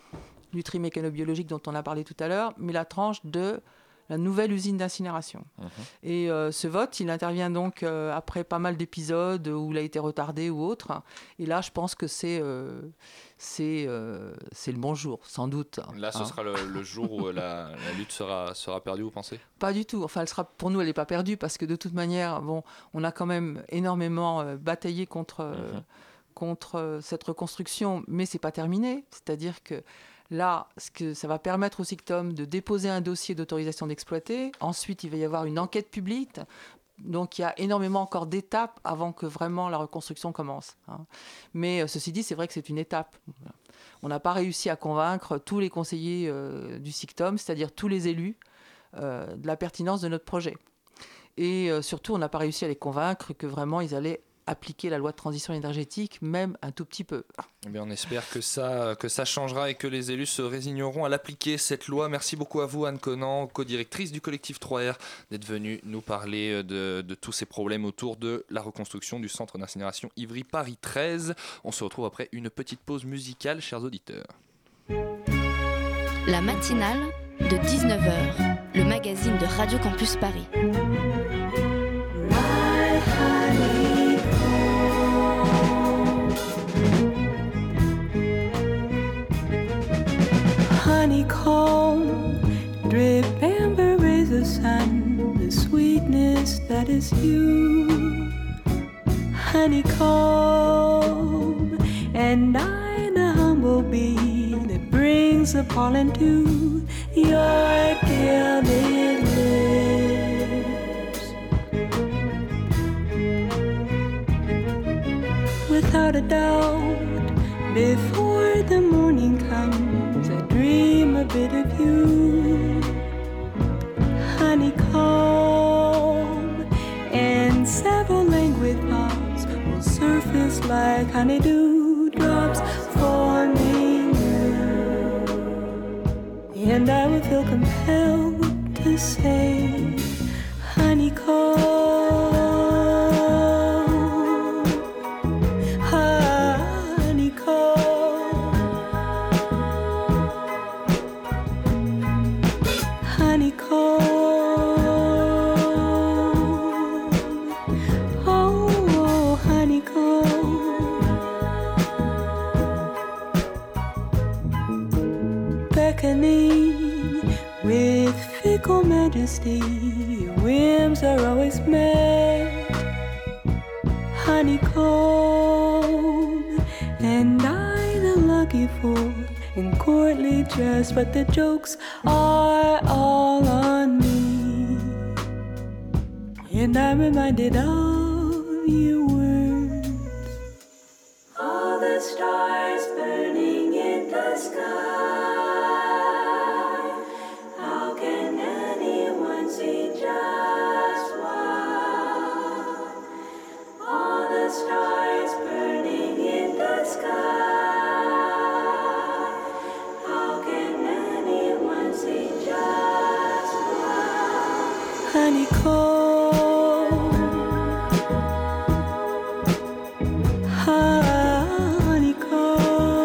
du tri mécano-biologique dont on a parlé tout à l'heure, mais la tranche de la nouvelle usine d'incinération. Mmh. Et euh, ce vote, il intervient donc euh, après pas mal d'épisodes où il a été retardé ou autre. Et là, je pense que c'est, euh, c'est, euh, c'est le bon jour, sans doute. Là, ce hein. sera le, le jour où la, la lutte sera, sera perdue, vous pensez ? Pas du tout. Enfin, elle sera, pour nous, elle n'est pas perdue parce que de toute manière, bon, on a quand même énormément euh, bataillé contre, euh, mmh. contre euh, cette reconstruction, mais ce n'est pas terminé. C'est-à-dire que là, ce que ça va permettre au SICTOM de déposer un dossier d'autorisation d'exploiter. Ensuite, il va y avoir une enquête publique. Donc, il y a énormément encore d'étapes avant que vraiment la reconstruction commence. Hein. Mais euh, ceci dit, c'est vrai que c'est une étape. On n'a pas réussi à convaincre tous les conseillers euh, du SICTOM, c'est-à-dire tous les élus, euh, de la pertinence de notre projet. Et euh, surtout, on n'a pas réussi à les convaincre que vraiment ils allaient appliquer la loi de transition énergétique, même un tout petit peu. Eh bien, on espère que ça, que ça changera et que les élus se résigneront à l'appliquer, cette loi. Merci beaucoup à vous, Anne Conan, co-directrice du collectif trois R, d'être venue nous parler de, de tous ces problèmes autour de la reconstruction du centre d'incinération Ivry Paris treize. On se retrouve après une petite pause musicale, chers auditeurs. La matinale de dix-neuf heures, le magazine de Radio Campus Paris. Honeycomb, drip amber rays of sun, the sweetness that is you. Honeycomb, and I the humble bee that brings the pollen to your gilded lips. Without a doubt, before the morning comes, I dream a bit of you. Honeycomb, and several languid thoughts will surface like honeydew drops forming you. And I will feel compelled to say, honeycomb. With fickle majesty, your whims are always met. Honeycomb, and I the lucky fool in courtly dress, but the jokes are all on me. And I'm reminded of your words. All the stars burning in the sky. Stars burning in the sky. How can anyone see just one? Honeycomb, honeycomb.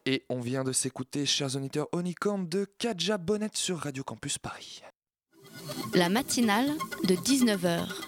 Et on vient de s'écouter, chers auditeurs, Honeycomb de Kadja Bonnet sur Radio Campus Paris. La matinale de dix-neuf heures.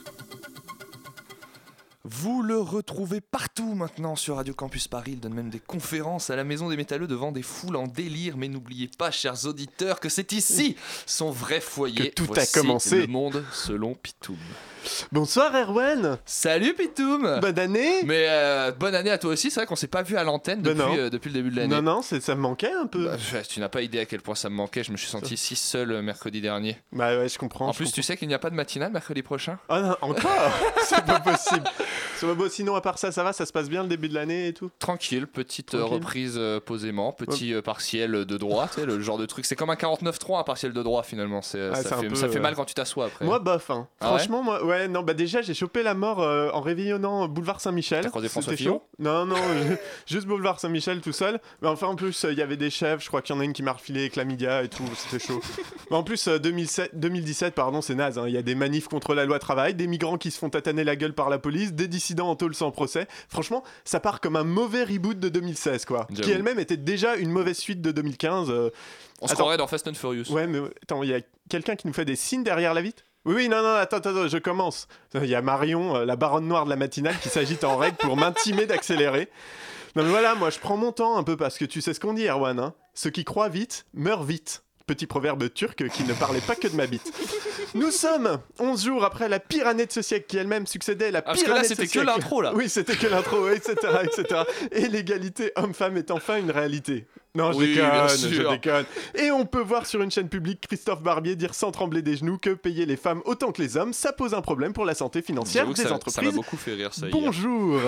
Vous le retrouvez partout maintenant sur Radio Campus Paris. Il donne même des conférences à la Maison des Métalleux devant des foules en délire. Mais n'oubliez pas, chers auditeurs, que c'est ici son vrai foyer. Que tout Voici a commencé. Le monde selon Pitoum. Bonsoir Erwan. Salut Pitoum. Bonne année. Mais euh, bonne année à toi aussi. C'est vrai qu'on s'est pas vu à l'antenne depuis, ben euh, depuis le début de l'année. Non, non, c'est, ça me manquait un peu. Bah, tu n'as pas idée à quel point ça me manquait. Je me suis senti si seul euh, mercredi dernier. Bah ouais, je comprends. En je plus, comprends. tu sais qu'il n'y a pas de matinale mercredi prochain. Ah non, encore. C'est pas possible. C'est pas beau. Sinon, à part ça, ça va, ça se passe bien le début de l'année et tout. Tranquille, petite Tranquille. Euh, reprise euh, posément, petit euh, partiel de droit, tu sais, le genre de truc. C'est comme un quarante-neuf trois, un partiel de droit finalement. C'est, Ah, ça c'est fait, un peu, ça fait euh, mal quand tu t'assois après. Moi, bof. Hein. Ah ouais Franchement, moi, ouais, non, bah déjà, j'ai chopé la mort euh, en réveillonnant Boulevard Saint-Michel. T'as croisé François C'était Fillon chaud. Non, non, juste Boulevard Saint-Michel tout seul. Mais enfin, en plus, il euh, y avait des chefs. Je crois qu'il y en a une qui m'a refilé chlamydia et tout. C'était chaud. Mais en plus, euh, deux mille sept, deux mille dix-sept, pardon, c'est naze. Il hein. y a des manifs contre la loi travail, des migrants qui se font tataner la gueule par la police, des dissidents en tôle sans procès. Franchement, ça part comme un mauvais reboot de deux mille seize, quoi. J'avoue. Qui elle-même était déjà une mauvaise suite de deux mille quinze. Euh... On se croirait dans Fast and Furious. Ouais, mais attends, il y a quelqu'un qui nous fait des signes derrière la vitre. Oui, oui, non, non, attends, attends, je commence. Il y a Marion, euh, la baronne noire de la matinale, qui s'agite en règle pour m'intimer d'accélérer. Non, mais voilà, moi, je prends mon temps un peu parce que tu sais ce qu'on dit, Erwan. Hein. Ceux qui croient vite meurent vite. Petit proverbe turc qui ne parlait pas que de ma bite. Nous sommes onze jours après la pire année de ce siècle qui elle-même succédait à la Ah, pire parce que là, année de ce c'était que siècle. l'intro, là. Oui, c'était que l'intro, et cetera, et cetera. Et l'égalité homme-femme est enfin une réalité. Non, je Oui, déconne, bien je sûr. déconne. Et on peut voir sur une chaîne publique Christophe Barbier dire sans trembler des genoux que payer les femmes autant que les hommes, ça pose un problème pour la santé financière J'avoue que des ça, entreprises. ça m'a beaucoup fait rire, ça. hier. Bonjour.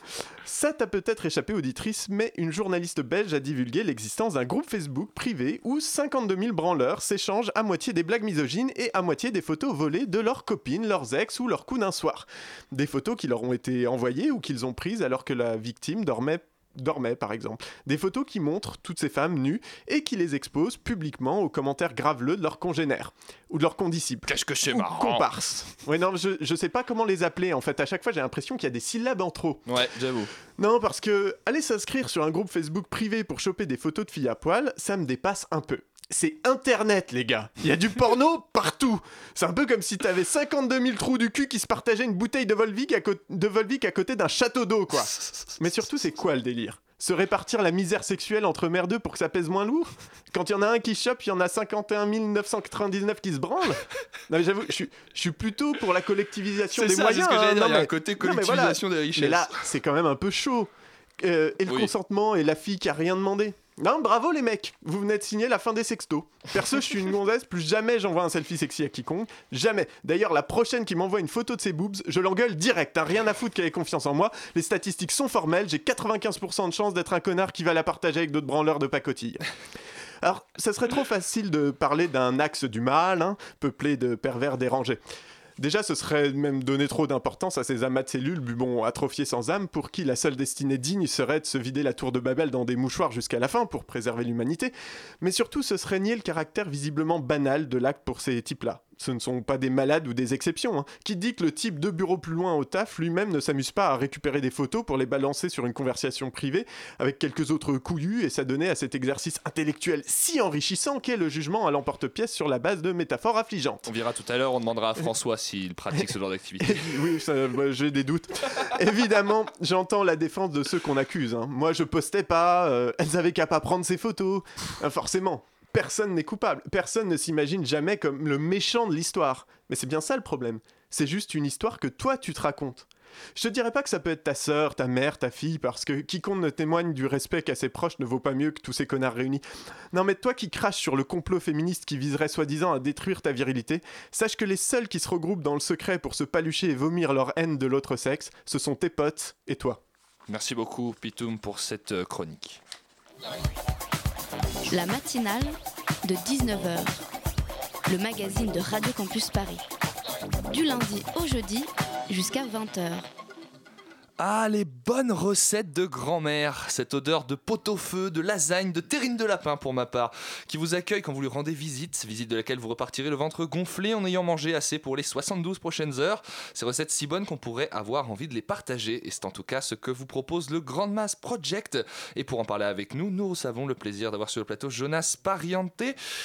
Ça t'a peut-être échappé, auditrice, mais une journaliste belge a divulgué l'existence d'un groupe Facebook privé où cinquante-deux mille branleurs s'échangent à moitié des blagues misogynes et à moitié des photos volées de leurs copines, leurs ex ou leur coup d'un soir. Des photos qui leur ont été envoyées ou qu'ils ont prises alors que la victime dormait dormait par exemple. Des photos qui montrent toutes ces femmes nues et qui les exposent publiquement aux commentaires graveleux de leurs congénères ou de leurs condisciples. Qu'est-ce que c'est Ou marrant. comparses. Ouais, non, je, je sais pas comment les appeler en fait. À chaque fois, j'ai l'impression qu'il y a des syllabes en trop. Ouais, j'avoue. Non, parce que aller s'inscrire sur un groupe Facebook privé pour choper des photos de filles à poil, ça me dépasse un peu. C'est Internet, les gars. Il y a du porno partout. C'est un peu comme si t'avais cinquante-deux mille trous du cul qui se partageaient une bouteille de Volvic à, co- de Volvic à côté d'un château d'eau, quoi. Mais surtout, c'est quoi le délire ? Se répartir la misère sexuelle entre merdeux pour que ça pèse moins lourd ? Quand il y en a un qui chope, il y en a cinquante et un mille neuf cent quatre-vingt-dix-neuf qui se branlent ? Non, mais j'avoue, je suis- je suis plutôt pour la collectivisation C'est des ça, moyens. c'est ce que j'allais hein. dire, Non, il y a mais- un côté non, mais voilà. collectivisation des richesses. Mais là, c'est quand même un peu chaud. Euh, et le Oui. consentement et la fille qui a rien demandé. Non, bravo les mecs, vous venez de signer la fin des sextos. Perso, je suis une gonzesse, plus jamais j'envoie un selfie sexy à quiconque. Jamais. D'ailleurs, la prochaine qui m'envoie une photo de ses boobs, je l'engueule direct. Hein, rien à foutre qu'elle ait confiance en moi. Les statistiques sont formelles, j'ai quatre-vingt-quinze pour cent de chance d'être un connard qui va la partager avec d'autres branleurs de pacotille. Alors, ça serait trop facile de parler d'un axe du mal, hein, peuplé de pervers dérangés. Déjà, ce serait même donner trop d'importance à ces amas de cellules bubons atrophiés sans âme pour qui la seule destinée digne serait de se vider la tour de Babel dans des mouchoirs jusqu'à la fin pour préserver l'humanité. Mais surtout, ce serait nier le caractère visiblement banal de l'acte pour ces types-là. Ce ne sont pas des malades ou des exceptions. Hein. Qui dit que le type deux bureaux plus loin au taf lui-même ne s'amuse pas à récupérer des photos pour les balancer sur une conversation privée avec quelques autres couillus et s'adonner à cet exercice intellectuel si enrichissant qu'est le jugement à l'emporte-pièce sur la base de métaphores affligeantes. On verra tout à l'heure, on demandera à François s'il pratique ce genre d'activité. Oui, ça, moi, j'ai des doutes. Évidemment, j'entends la défense de ceux qu'on accuse. Hein. Moi, je postais pas, euh, elles avaient qu'à pas prendre ces photos. Hein, forcément. Personne n'est coupable. Personne ne s'imagine jamais comme le méchant de l'histoire. Mais c'est bien ça le problème. C'est juste une histoire que toi, tu te racontes. Je te dirais pas que ça peut être ta sœur, ta mère, ta fille, parce que quiconque ne témoigne du respect qu'à ses proches ne vaut pas mieux que tous ces connards réunis. Non mais toi qui craches sur le complot féministe qui viserait soi-disant à détruire ta virilité, sache que les seuls qui se regroupent dans le secret pour se palucher et vomir leur haine de l'autre sexe, ce sont tes potes et toi. Merci beaucoup, Pitoum, pour cette euh, chronique. La matinale de dix-neuf heures, le magazine de Radio Campus Paris. Du lundi au jeudi jusqu'à vingt heures. Ah, les bonne recette de grand-mère. Cette odeur de pot-au-feu, de lasagne, de terrine de lapin pour ma part, qui vous accueille quand vous lui rendez visite, visite de laquelle vous repartirez le ventre gonflé en ayant mangé assez pour les soixante-douze prochaines heures. Ces recettes si bonnes qu'on pourrait avoir envie de les partager, et c'est en tout cas ce que vous propose le Grand'Masse Project. Et pour en parler avec nous, nous avons le plaisir d'avoir sur le plateau Jonas Pariente.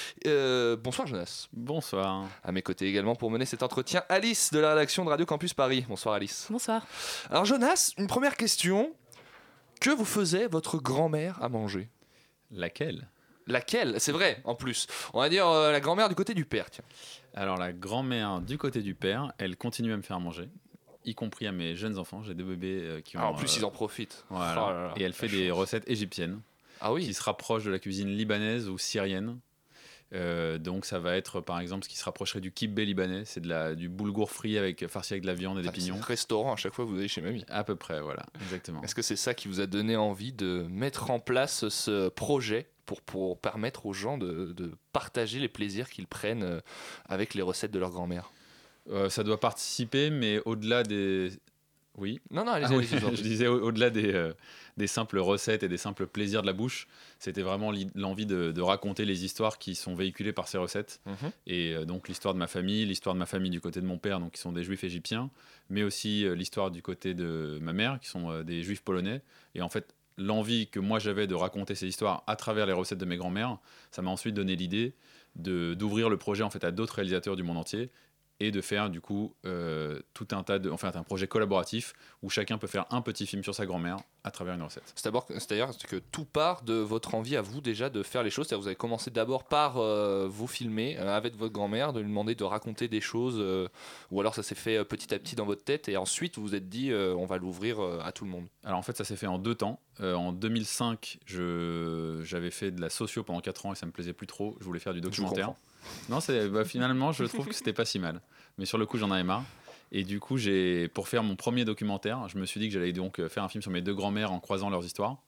Euh, bonsoir Jonas. Bonsoir. À mes côtés également pour mener cet entretien, Alice de la rédaction de Radio Campus Paris. Bonsoir Alice. Bonsoir. Alors Jonas, une première question. Que vous faisait votre grand-mère à manger ? Laquelle ? Laquelle ? C'est vrai, en plus. On va dire euh, la grand-mère du côté du père, tiens. Alors la grand-mère du côté du père, elle continue à me faire manger, y compris à mes jeunes enfants. J'ai deux bébés euh, qui ont... Ah, en plus, euh, ils en profitent. Voilà. Oh là là, et elle fait des recettes égyptiennes. Ah oui. Qui se rapprochent de la cuisine libanaise ou syrienne. Euh, donc ça va être par exemple ce qui se rapprocherait du kibbé libanais, c'est de la, du boulgour frit avec, farci avec de la viande et des ah, pignons. C'est un restaurant à chaque fois que vous allez chez mamie. À peu près, voilà, exactement. Est-ce que c'est ça qui vous a donné envie de mettre en place ce projet pour, pour permettre aux gens de, de partager les plaisirs qu'ils prennent avec les recettes de leur grand-mère ? euh, Ça doit participer, mais au-delà des... Oui. Non, non, allez-y, ah, oui. allez-y. Je disais, au- au-delà des, euh, des simples recettes et des simples plaisirs de la bouche, c'était vraiment l'i- l'envie de, de raconter les histoires qui sont véhiculées par ces recettes. Mhm. Et euh, donc l'histoire de ma famille, l'histoire de ma famille du côté de mon père, donc qui sont des juifs égyptiens, mais aussi euh, l'histoire du côté de ma mère, qui sont euh, des juifs polonais. Et en fait, l'envie que moi j'avais de raconter ces histoires à travers les recettes de mes grands-mères, ça m'a ensuite donné l'idée de, d'ouvrir le projet en fait, à d'autres réalisateurs du monde entier, et de faire du coup euh, tout un tas de, enfin un projet collaboratif où chacun peut faire un petit film sur sa grand-mère à travers une recette. C'est d'abord, c'est-à-dire que tout part de votre envie à vous déjà de faire les choses. C'est-à-dire que vous avez commencé d'abord par euh, vous filmer euh, avec votre grand-mère, de lui demander de raconter des choses, euh, ou alors ça s'est fait euh, petit à petit dans votre tête et ensuite vous vous êtes dit euh, on va l'ouvrir euh, à tout le monde. Alors en fait ça s'est fait en deux temps. Euh, en deux mille cinq, je, j'avais fait de la socio pendant quatre ans et ça me plaisait plus trop. Je voulais faire du documentaire. Non, c'est, bah, finalement je trouve que c'était pas si mal. Mais sur le coup j'en avais marre. Et du coup, j'ai, pour faire mon premier documentaire, je me suis dit que j'allais donc faire un film sur mes deux grands-mères en croisant leurs histoires.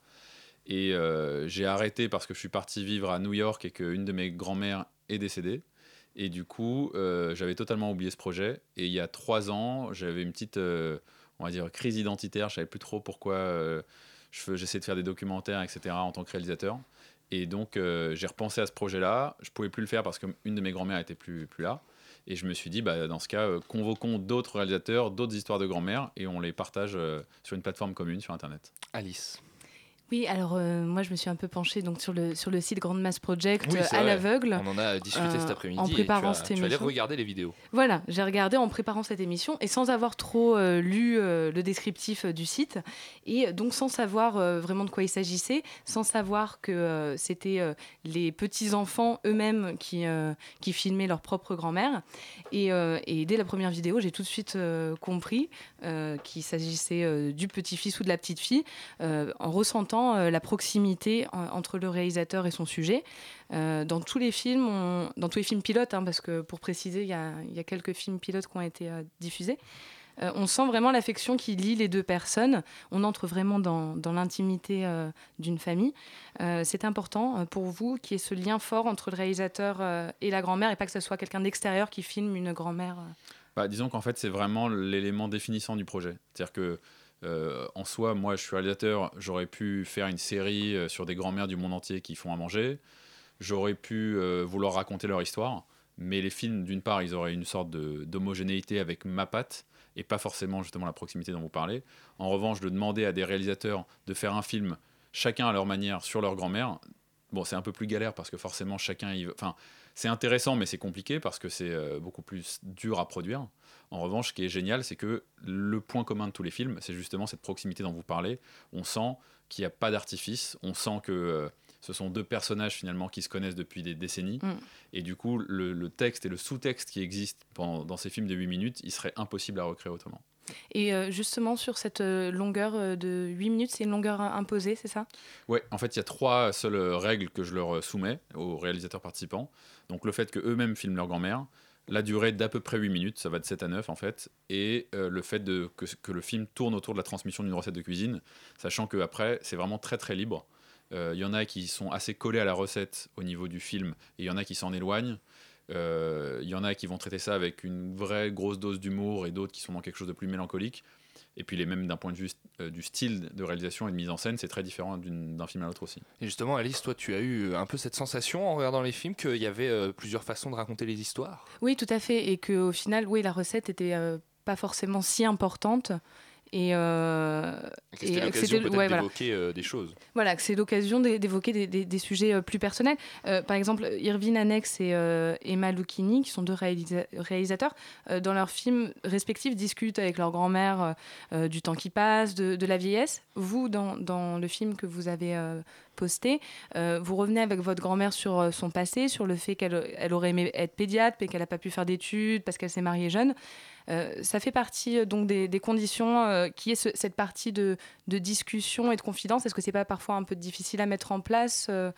Et euh, j'ai arrêté parce que je suis parti vivre à New York et qu'une de mes grands-mères est décédée. Et du coup, euh, j'avais totalement oublié ce projet. Et il y a trois ans, j'avais une petite, euh, on va dire, crise identitaire. Je savais plus trop pourquoi euh, je, j'essayais de faire des documentaires, et cetera en tant que réalisateur. Et donc, euh, j'ai repensé à ce projet-là. Je pouvais plus le faire parce qu'une de mes grands-mères était plus, plus là. Et je me suis dit, bah, dans ce cas, euh, convoquons d'autres réalisateurs, d'autres histoires de grand-mère, et on les partage euh, sur une plateforme commune sur Internet. Alice. Oui, alors euh, moi je me suis un peu penchée donc, sur, le, sur le site Grand'Masse Project Oui, euh, à vrai. l'aveugle. On en a discuté euh, cet après-midi. En préparant et tu, as, cette tu allais émission. regarder les vidéos. Voilà, j'ai regardé en préparant cette émission et sans avoir trop euh, lu euh, le descriptif euh, du site et donc sans savoir euh, vraiment de quoi il s'agissait, sans savoir que euh, c'était euh, les petits-enfants eux-mêmes qui, euh, qui filmaient leur propre grand-mère. Et, euh, et dès la première vidéo, j'ai tout de suite euh, compris euh, qu'il s'agissait euh, du petit-fils ou de la petite-fille euh, en ressentant euh, la proximité entre le réalisateur et son sujet. Euh, dans tous les films, on, dans tous les films pilotes, hein, parce que pour préciser, il y a, y a quelques films pilotes qui ont été euh, diffusés, euh, on sent vraiment l'affection qui lie les deux personnes. On entre vraiment dans, dans l'intimité euh, d'une famille. Euh, c'est important euh, pour vous qu'il y ait ce lien fort entre le réalisateur euh, et la grand-mère et pas que ce soit quelqu'un d'extérieur qui filme une grand-mère. Euh. Bah, disons qu'en fait, c'est vraiment l'élément définissant du projet. C'est-à-dire que Euh, en soi, moi je suis réalisateur, j'aurais pu faire une série euh, sur des grands-mères du monde entier qui font à manger, j'aurais pu euh, vouloir raconter leur histoire, mais les films, d'une part, ils auraient une sorte de, d'homogénéité avec ma patte, et pas forcément justement la proximité dont vous parlez. En revanche, de demander à des réalisateurs de faire un film, chacun à leur manière, sur leur grand-mère, bon, c'est un peu plus galère, parce que forcément, chacun... Y... Enfin, c'est intéressant, mais c'est compliqué, parce que c'est euh, beaucoup plus dur à produire. En revanche, ce qui est génial, c'est que le point commun de tous les films, c'est justement cette proximité dont vous parlez. On sent qu'il n'y a pas d'artifice, on sent que euh, ce sont deux personnages finalement qui se connaissent depuis des décennies. Mm. Et du coup, le, le texte et le sous-texte qui existent pendant, dans ces films de huit minutes, il serait impossible à recréer autrement. Et euh, justement, sur cette euh, longueur euh, de huit minutes, c'est une longueur imposée, c'est ça ? Ouais, en fait, il y a trois seules règles que je leur soumets aux réalisateurs participants. Donc le fait qu'eux-mêmes filment leur grand-mère, la durée d'à peu près huit minutes, ça va de sept à neuf en fait, et euh, le fait de, que, que le film tourne autour de la transmission d'une recette de cuisine, sachant qu'après, c'est vraiment très très libre. Il euh, y en a qui sont assez collés à la recette au niveau du film, et il y en a qui s'en éloignent. Il euh, y en a qui vont traiter ça avec une vraie grosse dose d'humour, et d'autres qui sont dans quelque chose de plus mélancolique. Et puis les mêmes d'un point de vue euh, du style de réalisation et de mise en scène, c'est très différent d'une, d'un film à l'autre aussi. Et justement, Alice, toi, tu as eu un peu cette sensation en regardant les films qu'il y avait euh, plusieurs façons de raconter les histoires ? Oui, tout à fait. Et qu'au final, oui, la recette était euh, pas forcément si importante. Et, euh, et que c'était et l'occasion c'était, peut-être ouais, d'évoquer voilà. euh, des choses. Voilà, que c'est l'occasion d'évoquer des, des, des sujets euh, plus personnels. Euh, par exemple, Irvine Annex et euh, Emma Lucchini, qui sont deux réalisa- réalisateurs, euh, dans leurs films respectifs, discutent avec leur grand-mère euh, du temps qui passe, de, de la vieillesse. Vous, dans, dans le film que vous avez euh, posté, euh, vous revenez avec votre grand-mère sur euh, son passé, sur le fait qu'elle elle aurait aimé être pédiatre, mais qu'elle n'a pas pu faire d'études parce qu'elle s'est mariée jeune. Euh, ça fait partie euh, donc des, des conditions euh, qui est ce, cette partie de, de discussion et de confidence. Est-ce que c'est pas parfois un peu difficile à mettre en place euh,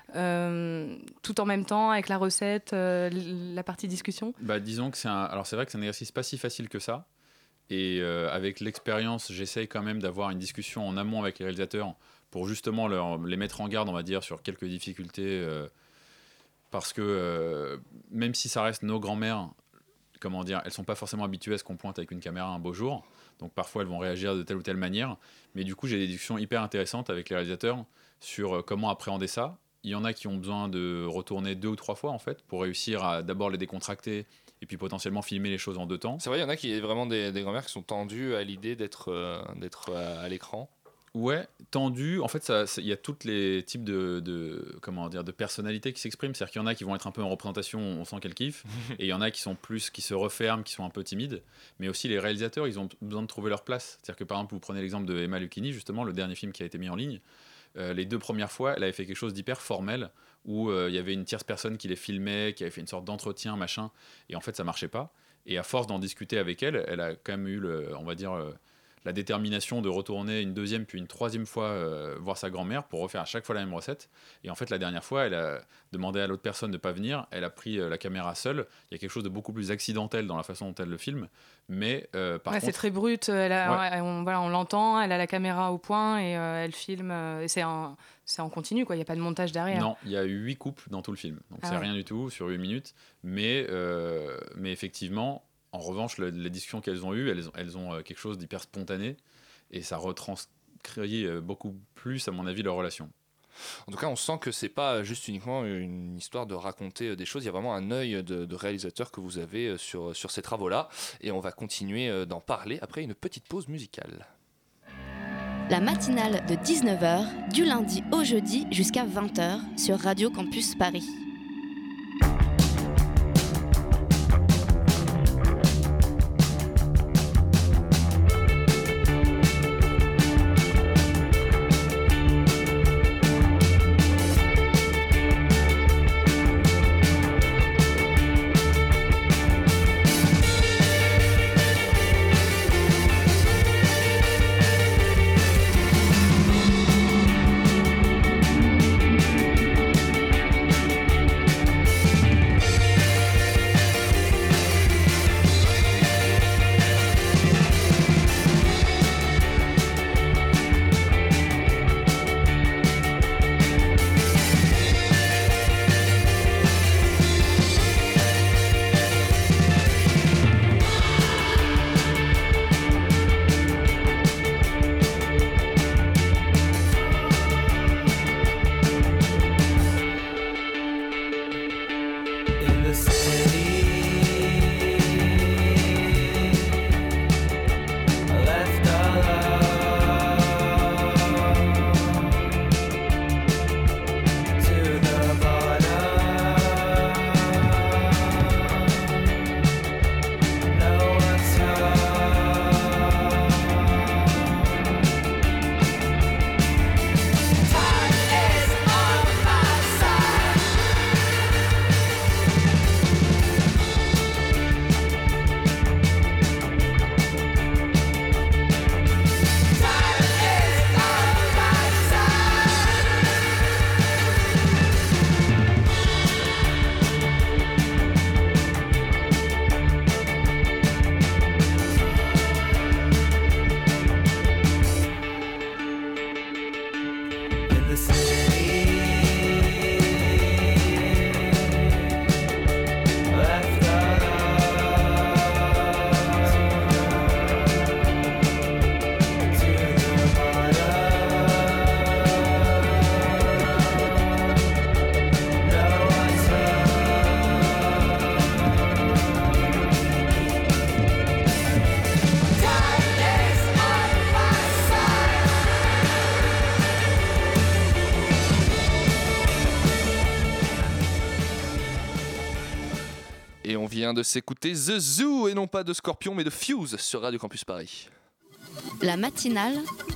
euh, tout en même temps avec la recette, euh, la partie discussion ? Bah, disons que c'est un... Alors c'est vrai que c'est un exercice pas si facile que ça. Et euh, avec l'expérience, j'essaye quand même d'avoir une discussion en amont avec les réalisateurs pour justement leur, les mettre en garde, on va dire, sur quelques difficultés. Euh, parce que euh, même si ça reste nos grands-mères, comment dire, elles sont pas forcément habituées à ce qu'on pointe avec une caméra un beau jour, donc parfois elles vont réagir de telle ou telle manière, mais du coup j'ai des discussions hyper intéressantes avec les réalisateurs sur euh, comment appréhender ça. Il y en a qui ont besoin de retourner deux ou trois fois en fait pour réussir à d'abord les décontracter et puis potentiellement filmer les choses en deux temps. C'est vrai, il y en a qui vraiment des, des grand-mères qui sont tendues à l'idée d'être, euh, d'être à, à l'écran. Ouais, tendu. En fait, ça, il y a tous les types de, de, comment dire, de personnalités qui s'expriment. C'est-à-dire qu'il y en a qui vont être un peu en représentation, on sent qu'elles kiffent. Et il y en a qui sont plus, qui se referment, qui sont un peu timides. Mais aussi, les réalisateurs, ils ont besoin de trouver leur place. C'est-à-dire que, par exemple, vous prenez l'exemple de Emma Lucchini, justement, le dernier film qui a été mis en ligne. Euh, les deux premières fois, elle avait fait quelque chose d'hyper formel, où euh, il y avait une tierce personne qui les filmait, qui avait fait une sorte d'entretien, machin. Et en fait, ça marchait pas. Et à force d'en discuter avec elle, elle a quand même eu, le, on va dire... Euh, la détermination de retourner une deuxième puis une troisième fois euh, voir sa grand-mère pour refaire à chaque fois la même recette. Et en fait, la dernière fois, elle a demandé à l'autre personne de ne pas venir. Elle a pris euh, la caméra seule. Il y a quelque chose de beaucoup plus accidentel dans la façon dont elle le filme. Mais euh, par ouais, contre... c'est très brut. Elle a, ouais. on, voilà, on l'entend, elle a la caméra au point et euh, elle filme. Euh, et c'est, un, c'est en continu, quoi. Il n'y a pas de montage derrière. Non, il y a huit couples dans tout le film. Donc ah c'est ouais. rien du tout sur huit minutes. Mais, euh, mais effectivement... En revanche, le, les discussions qu'elles ont eues, elles, elles ont euh, quelque chose d'hyper spontané et ça retranscrit euh, beaucoup plus, à mon avis, leur relation. En tout cas, on sent que c'est pas juste uniquement une histoire de raconter des choses, il y a vraiment un œil de, de réalisateur que vous avez sur, sur ces travaux-là et on va continuer d'en parler après une petite pause musicale. La matinale de dix-neuf heures, du lundi au jeudi jusqu'à vingt heures sur Radio Campus Paris. Et on vient de s'écouter The Zoo, et non pas de Scorpion, mais de Fuse sur Radio Campus Paris. La matinale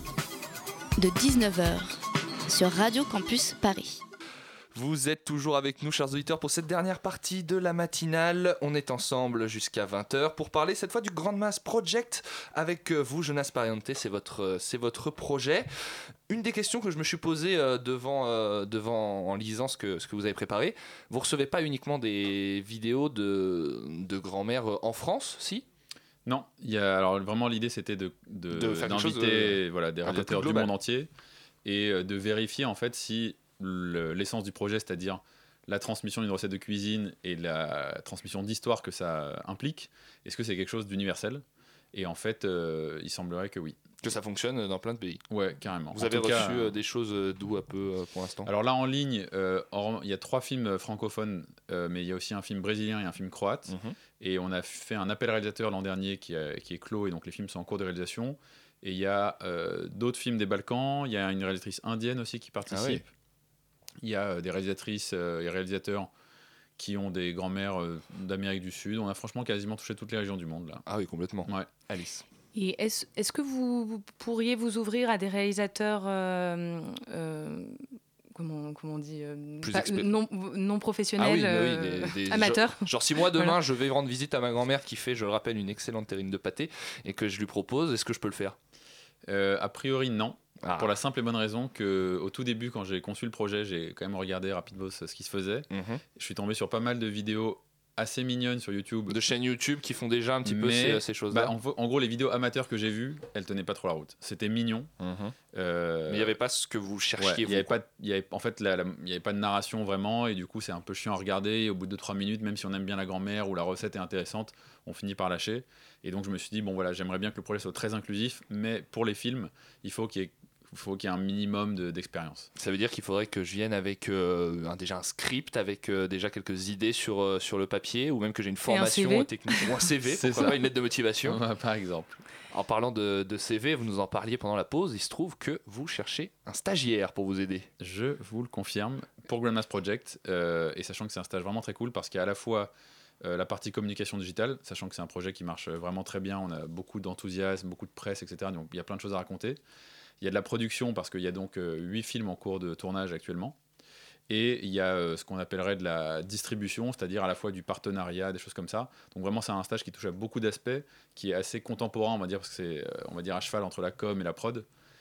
de dix-neuf heures sur Radio Campus Paris. Vous êtes toujours avec nous, chers auditeurs, pour cette dernière partie de la matinale. On est ensemble jusqu'à vingt heures pour parler cette fois du Grandmass Project avec vous, Jonas Pariente. C'est votre, c'est votre projet. Une des questions que je me suis posée euh, devant, euh, devant, en lisant ce que, ce que vous avez préparé, vous recevez pas uniquement des vidéos de, de grand-mère en France, si ? Non, il y a, alors vraiment l'idée c'était de, de, de faire d'inviter quelque chose, euh, voilà, des réalisateurs du monde entier et euh, de vérifier en fait si le, l'essence du projet, c'est-à-dire la transmission d'une recette de cuisine et la transmission d'histoire que ça implique, est-ce que c'est quelque chose d'universel ? Et en fait, euh, il semblerait que oui. Que ça fonctionne dans plein de pays. Ouais, carrément. Vous en avez reçu cas, euh, des choses euh, d'où un peu euh, pour l'instant ? Alors là, en ligne, euh, or, il y a trois films francophones, euh, mais il y a aussi un film brésilien et un film croate. Mm-hmm. Et on a fait un appel réalisateur l'an dernier qui, a, qui est clos, et donc les films sont en cours de réalisation. Et il y a euh, d'autres films des Balkans, il y a une réalisatrice indienne aussi qui participe. Ah oui. Il y a euh, des réalisatrices euh, et réalisateurs qui ont des grands-mères euh, d'Amérique du Sud. On a franchement quasiment touché toutes les régions du monde là. Ah oui, complètement. Ouais. Alice. Et est-ce, est-ce que vous, vous pourriez vous ouvrir à des réalisateurs euh, euh, comment, comment on dit euh, Plus pas, expé- non, non professionnels, ah oui, euh, oui, des, des, amateurs. Genre, genre si moi demain voilà. je vais rendre visite à ma grand-mère qui fait, je le rappelle, une excellente terrine de pâté et que je lui propose, est-ce que je peux le faire ? euh, A priori non. Ah. Pour la simple et bonne raison qu'au tout début, quand j'ai conçu le projet, j'ai quand même regardé rapidement ce qui se faisait. Mm-hmm. Je suis tombé sur pas mal de vidéos assez mignonnes sur YouTube. De chaînes YouTube qui font déjà un petit peu ces, ces choses-là. Bah, en, en gros, les vidéos amateurs que j'ai vues, elles tenaient pas trop la route. C'était mignon. Mm-hmm. Euh, Mais il n'y avait pas ce que vous cherchiez. Ouais, y avait pas, y avait, en fait, il n'y avait pas de narration vraiment, et du coup, c'est un peu chiant à regarder. Et au bout de trois minutes, même si on aime bien la grand-mère ou la recette est intéressante, on finit par lâcher. Et donc, je me suis dit, bon voilà, j'aimerais bien que le projet soit très inclusif, mais pour les films, il faut qu'il y ait Il faut qu'il y ait un minimum de, d'expérience. Ça veut dire qu'il faudrait que je vienne avec euh, un, déjà un script, avec euh, déjà quelques idées sur, euh, sur le papier, ou même que j'ai une formation technique, ou un C V, pourquoi ça. Pas une lettre de motivation. Par exemple. En parlant de, de C V, vous nous en parliez pendant la pause, il se trouve que vous cherchez un stagiaire pour vous aider. Je vous le confirme, pour Grandmass Project, euh, et sachant que c'est un stage vraiment très cool, parce qu'il y a à la fois euh, la partie communication digitale, sachant que c'est un projet qui marche vraiment très bien, on a beaucoup d'enthousiasme, beaucoup de presse, et cetera, donc il y a plein de choses à raconter. Il y a de la production parce qu'il y a donc huit euh, films en cours de tournage actuellement. Et il y a euh, ce qu'on appellerait de la distribution, c'est-à-dire à la fois du partenariat, des choses comme ça. Donc vraiment, c'est un stage qui touche à beaucoup d'aspects, qui est assez contemporain, on va dire, parce que c'est euh, on va dire, à cheval entre la com et la prod.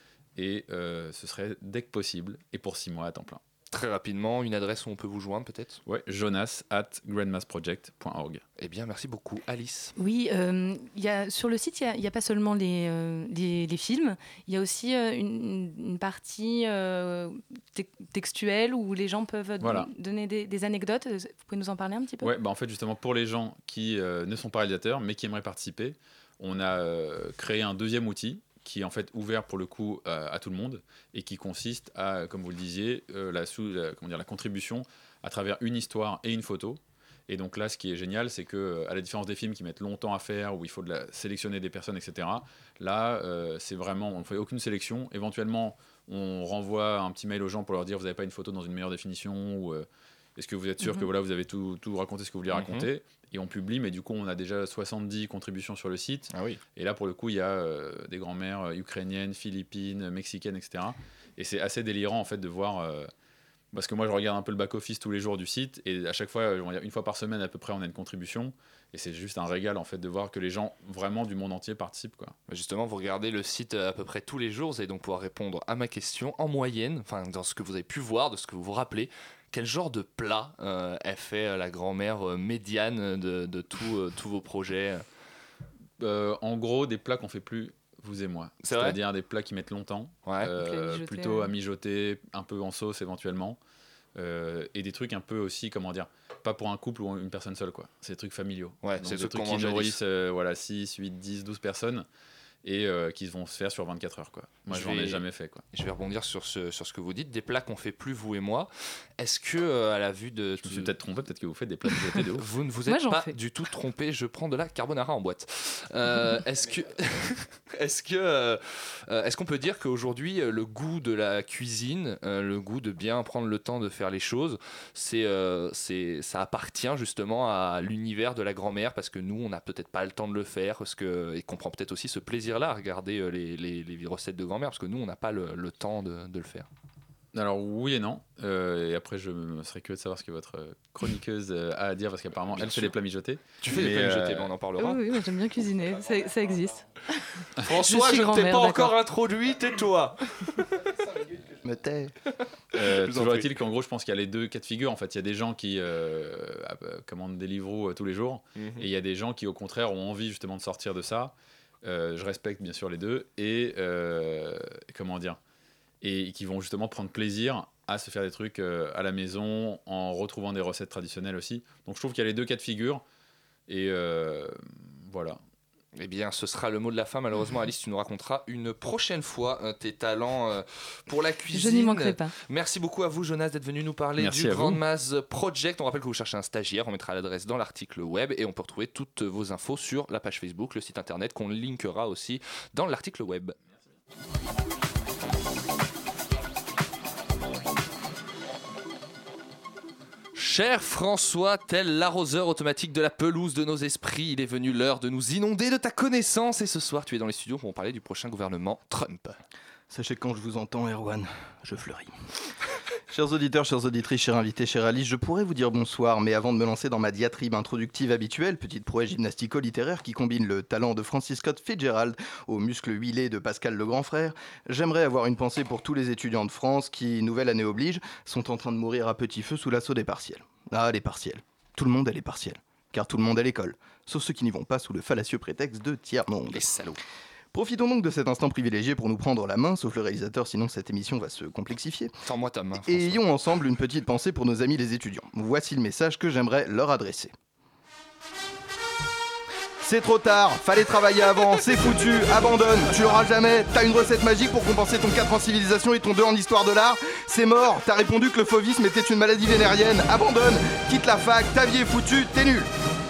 Et euh, ce serait dès que possible, et pour six mois à temps plein. Très rapidement, une adresse où on peut vous joindre peut-être ? Ouais, jonas at grandmassproject point org. Eh bien, merci beaucoup. Alice ? Oui, euh, y a, sur le site, il n'y a, a pas seulement les, euh, les, les films, il y a aussi euh, une, une partie euh, te- textuelle où les gens peuvent voilà. d- donner des, des anecdotes. Vous pouvez nous en parler un petit peu ? Ouais, bah en fait, justement, pour les gens qui euh, ne sont pas réalisateurs, mais qui aimeraient participer, on a euh, créé un deuxième outil qui est en fait ouvert pour le coup euh, à tout le monde et qui consiste à, comme vous le disiez, euh, la, sous, la, comment dire, la contribution à travers une histoire et une photo. Et donc là, ce qui est génial, c'est que à la différence des films qui mettent longtemps à faire, où il faut de la, sélectionner des personnes, et cetera, là, euh, c'est vraiment, on ne fait aucune sélection. Éventuellement, on renvoie un petit mail aux gens pour leur dire, vous n'avez pas une photo dans une meilleure définition, ou euh, est-ce que vous êtes sûr mm-hmm. que voilà, vous avez tout, tout raconté ce que vous vouliez mm-hmm. raconter. Et on publie, mais du coup, on a déjà soixante-dix contributions sur le site. Ah oui. Et là, pour le coup, il y a euh, des grands-mères ukrainiennes, philippines, mexicaines, et cetera. Et c'est assez délirant, en fait, de voir... Euh, parce que moi, je regarde un peu le back-office tous les jours du site, et à chaque fois, une fois par semaine à peu près, on a une contribution. Et c'est juste un régal, en fait, de voir que les gens, vraiment du monde entier, participent, quoi. Justement, vous regardez le site à peu près tous les jours, vous allez donc pouvoir répondre à ma question en moyenne, enfin, dans ce que vous avez pu voir, de ce que vous vous rappelez. Quel genre de plat euh, est fait la grand-mère euh, médiane de, de tout, euh, tous vos projets ? euh, En gros, des plats qu'on fait plus, vous et moi. C'est C'est-à-dire des plats qui mettent longtemps, ouais. euh, mijoter, plutôt ouais. à mijoter, un peu en sauce éventuellement. Euh, et des trucs un peu aussi, comment dire, pas pour un couple ou une personne seule, quoi. C'est des trucs familiaux. Ouais, donc c'est des des trucs trucs qui nourrissent euh, voilà, six, huit, dix, douze personnes. et euh, qui vont se faire sur vingt-quatre heures, quoi. Moi, je n'en ai jamais fait, quoi. Je vais rebondir sur ce, sur ce que vous dites, des plats qu'on fait plus vous et moi. Est-ce que euh, à la vue de... Je me suis peut-être trompé, peut-être que vous faites des plats mijotés de ouf. Vous ne vous êtes moi, pas fais. du tout trompé, je prends de la carbonara en boîte. Euh, est-ce que... est-ce que... Euh, est-ce qu'on peut dire qu'aujourd'hui, le goût de la cuisine, euh, le goût de bien prendre le temps de faire les choses, c'est, euh, c'est, ça appartient justement à l'univers de la grand-mère, parce que nous, on n'a peut-être pas le temps de le faire, parce que, et qu'on prend peut-être aussi ce plaisir-là à regarder euh, les, les, les recettes de grand-mère, parce que nous, on n'a pas le, le temps de, de le faire. Alors oui et non, euh, et après je me serais curieux de savoir ce que votre chroniqueuse a à dire, parce qu'apparemment bien elle sûr. fait des plats mijotés. Tu fais mais des plats mijotés, euh... on en parlera. Oui, oui, moi j'aime bien cuisiner, ça, ça existe. François, je, je ne t'ai pas d'accord. encore introduit, tais-toi. Je me tais. Euh, toujours est-il qu'en gros je pense qu'il y a les deux cas de figure. En fait, il y a des gens qui euh, commandent des Deliveroo tous les jours, mm-hmm. et il y a des gens qui au contraire ont envie justement de sortir de ça. Euh, je respecte bien sûr les deux, et euh, comment dire, et qui vont justement prendre plaisir à se faire des trucs euh, à la maison en retrouvant des recettes traditionnelles aussi. Donc je trouve qu'il y a les deux cas de figure, et euh, voilà. Eh bien, ce sera le mot de la fin. Malheureusement, Alice, tu nous raconteras une prochaine fois euh, tes talents euh, pour la cuisine. Je n'y manquerai pas. Merci beaucoup à vous, Jonas, d'être venu nous parler Merci du Grand Maz Project. On rappelle que vous cherchez un stagiaire. On mettra l'adresse dans l'article web et on peut retrouver toutes vos infos sur la page Facebook, le site internet qu'on linkera aussi dans l'article web. Merci. Cher François, tel l'arroseur automatique de la pelouse de nos esprits, il est venu l'heure de nous inonder de ta connaissance. Et ce soir, tu es dans les studios pour parler du prochain gouvernement Trump. Sachez que quand je vous entends, Erwan, je fleuris. Chers auditeurs, chères auditrices, chers invités, chère Alice, je pourrais vous dire bonsoir, mais avant de me lancer dans ma diatribe introductive habituelle, petite prouesse gymnastico-littéraire qui combine le talent de Francis Scott Fitzgerald aux muscles huilés de Pascal le grand frère, j'aimerais avoir une pensée pour tous les étudiants de France qui, nouvelle année oblige, sont en train de mourir à petit feu sous l'assaut des partiels. Ah, les partiels. Tout le monde a les partiels, car tout le monde a l'école, sauf ceux qui n'y vont pas sous le fallacieux prétexte de tiers-monde. Les salauds. Profitons donc de cet instant privilégié pour nous prendre la main, sauf le réalisateur, sinon cette émission va se complexifier. Tends-moi ta main, François. Et ayons ensemble une petite pensée pour nos amis les étudiants. Voici le message que j'aimerais leur adresser. C'est trop tard, fallait travailler avant, c'est foutu, abandonne, tu l'auras jamais, t'as une recette magique pour compenser ton quatre en civilisation et ton deux en histoire de l'art, c'est mort, t'as répondu que le fauvisme était une maladie vénérienne, abandonne, quitte la fac, ta vie est foutue, t'es nul.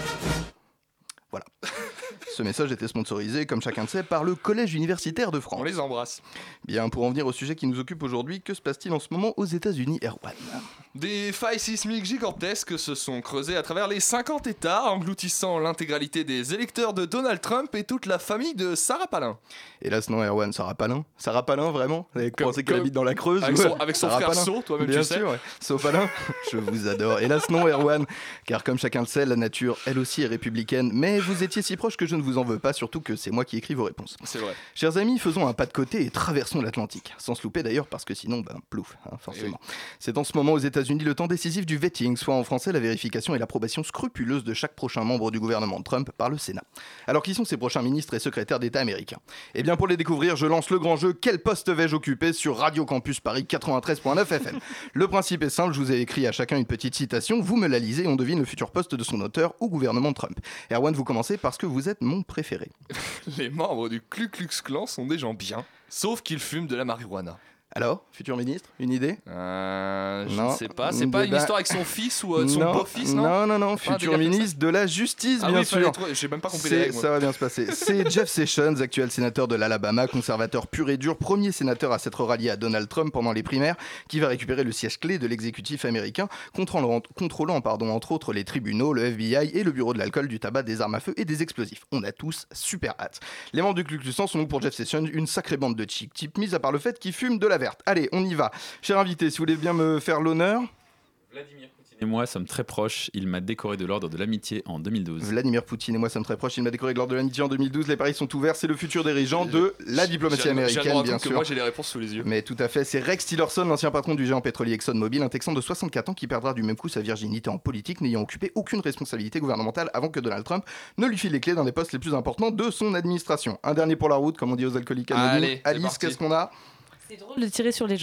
Voilà. Ce message était sponsorisé, comme chacun le sait, par le Collège universitaire de France. On les embrasse. Bien, pour en venir au sujet qui nous occupe aujourd'hui, que se passe-t-il en ce moment aux États-Unis, Erwan ? Des failles sismiques gigantesques se sont creusées à travers les cinquante États, engloutissant l'intégralité des électeurs de Donald Trump et toute la famille de Sarah Palin. Hélas non, Erwan, Sarah Palin Sarah Palin, vraiment ? Vous pensez qu'elle habite dans la Creuse ? Avec son, avec son frère So, toi-même Bien tu sais. Bien sûr, ouais. So Palin, je vous adore. Hélas non, Erwan, car comme chacun le sait, la nature, elle aussi, est républicaine, mais vous étiez si proche que je ne vous en veux pas, surtout que c'est moi qui écris vos réponses. C'est vrai. Chers amis, faisons un pas de côté et traversons l'Atlantique. Sans se louper d'ailleurs, parce que sinon, ben, plouf, hein, forcément. Oui. C'est en ce moment aux États-Unis le temps décisif du vetting, soit en français la vérification et l'approbation scrupuleuse de chaque prochain membre du gouvernement de Trump par le Sénat. Alors qui sont ces prochains ministres et secrétaires d'État américains ? Eh bien pour les découvrir, je lance le grand jeu « Quel poste vais-je occuper ?» sur Radio Campus Paris quatre-vingt-treize virgule neuf F M. Le principe est simple, je vous ai écrit à chacun une petite citation, vous me la lisez et on devine le futur poste de son auteur au gouvernement de Trump. Erwan, vous commencez parce que vous êtes mon préféré. Les membres du Ku Klux Klan sont des gens bien, sauf qu'ils fument de la marijuana. Alors, futur ministre, une idée ? euh, Je non. ne sais pas. C'est pas une histoire avec son fils ou euh, son beau-fils, non ? Non, non, non. Futur ministre de la Justice, ah bien oui, sûr. Trop... J'ai même pas compris les règles. Ça va bien se passer. C'est Jeff Sessions, actuel sénateur de l'Alabama, conservateur pur et dur, premier sénateur à s'être rallié à Donald Trump pendant les primaires, qui va récupérer le siège clé de l'exécutif américain, contrôlant, contrôlant pardon, entre autres les tribunaux, le F B I et le bureau de l'alcool, du tabac, des armes à feu et des explosifs. On a tous super hâte. Les membres du Ku Klux Klan sont donc pour Jeff Sessions une sacrée bande de chic types, mis à part le fait qu'ils fument de la verte. Allez, on y va. Cher invité, si vous voulez bien me faire l'honneur. Vladimir Poutine et moi sommes très proches. Il m'a décoré de l'ordre de l'amitié en deux mille douze. Vladimir Poutine et moi sommes très proches. Il m'a décoré de l'ordre de l'amitié en deux mille douze. Les paris sont ouverts. C'est le futur dirigeant de la diplomatie américaine, bien sûr. Que moi j'ai les réponses sous les yeux. Mais tout à fait. C'est Rex Tillerson, l'ancien patron du géant pétrolier ExxonMobil, un Texan de soixante-quatre ans qui perdra du même coup sa virginité en politique, n'ayant occupé aucune responsabilité gouvernementale avant que Donald Trump ne lui file les clés d'un des postes les plus importants de son administration. Un dernier pour la route, comme on dit aux alcooliques anonymes. Allez, Alice, qu'est-ce qu'on a ? C'est drôle de tirer sur les gens.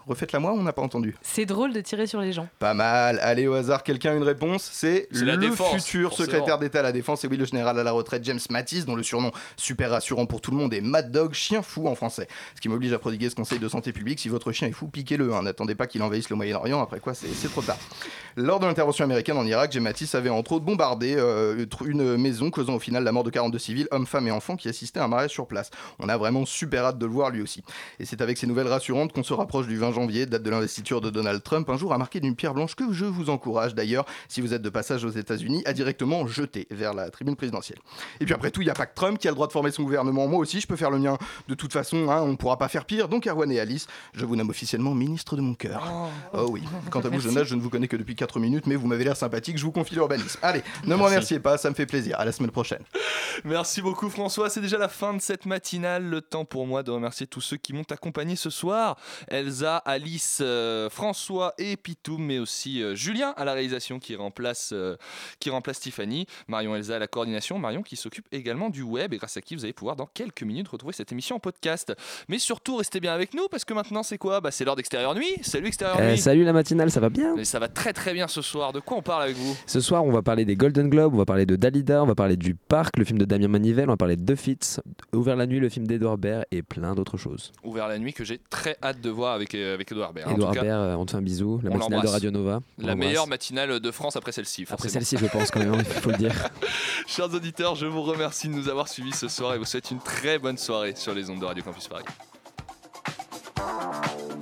Refaites-la moi, on n'a pas entendu. C'est drôle de tirer sur les gens. Pas mal. Allez, au hasard, quelqu'un a une réponse? C'est, C'est le la défense, futur forcément. secrétaire d'État à la Défense. Et oui, le général à la retraite James Mattis, dont le surnom super rassurant pour tout le monde est Mad Dog, chien fou en français. Ce qui m'oblige à prodiguer ce conseil de santé publique: si votre chien est fou, piquez-le. Hein. N'attendez pas qu'il envahisse le Moyen-Orient, après quoi c'est, c'est trop tard. Lors de l'intervention américaine en Irak, James Mattis avait entre autres bombardé euh, une maison, causant au final la mort de quarante-deux civils, hommes, femmes et enfants, qui assistaient à un mariage sur place. On a vraiment super hâte de le voir lui aussi. Et c'est avec ces nouvelles rassurantes qu'on se rapproche du vingt janvier, date de l'investiture de Donald Trump, un jour à marquer d'une pierre blanche que je vous encourage d'ailleurs, si vous êtes de passage aux États-Unis, à directement jeter vers la tribune présidentielle. Et puis après tout, il n'y a pas que Trump qui a le droit de former son gouvernement. Moi aussi, je peux faire le mien. De toute façon, hein, on ne pourra pas faire pire. Donc Erwan et Alice, je vous nomme officiellement ministre de mon cœur. Oh, oh oui. Quant à vous, Jonas, je ne vous connais que depuis quatre minutes, mais vous m'avez l'air sympathique. Je vous confie l'urbanisme. Allez, ne me remerciez pas, ça me fait plaisir. À la semaine prochaine. Merci beaucoup François, c'est déjà la fin de cette matinale. Le temps pour moi de remercier tous ceux qui m'ont accompagné ce soir. Elsa, Alice, euh, François et Pitoum, mais aussi euh, Julien à la réalisation qui remplace, euh, qui remplace Tiffany. Marion Elsa à la coordination. Marion qui s'occupe également du web et grâce à qui vous allez pouvoir dans quelques minutes retrouver cette émission en podcast. Mais surtout restez bien avec nous parce que maintenant c'est quoi? Bah, c'est l'heure d'Extérieur Nuit. Salut Extérieur Euh, Nuit. salut la matinale, ça va bien? Et ça va très très bien ce soir. De quoi on parle avec vous? Ce soir, on va parler des Golden Globes, on va parler de Dalida, on va parler du Parc, le film de Damien Manivelle, on va parler de The Fits, Ouvert la nuit, le film d'Edouard Baird et plein d'autres choses. Ouvert la nuit que j'ai très hâte de voir avec, euh, avec Edouard Baird. En Edouard tout cas, Baird, euh, on te fait un bisou, la on matinale de l'embrasse. Radio Nova. on La l'embrasse. meilleure matinale de France après celle-ci. Après forcément. celle-ci, je pense quand même, il faut le dire. Chers auditeurs, je vous remercie de nous avoir suivis ce soir et vous souhaite une très bonne soirée sur les ondes de Radio Campus Paris.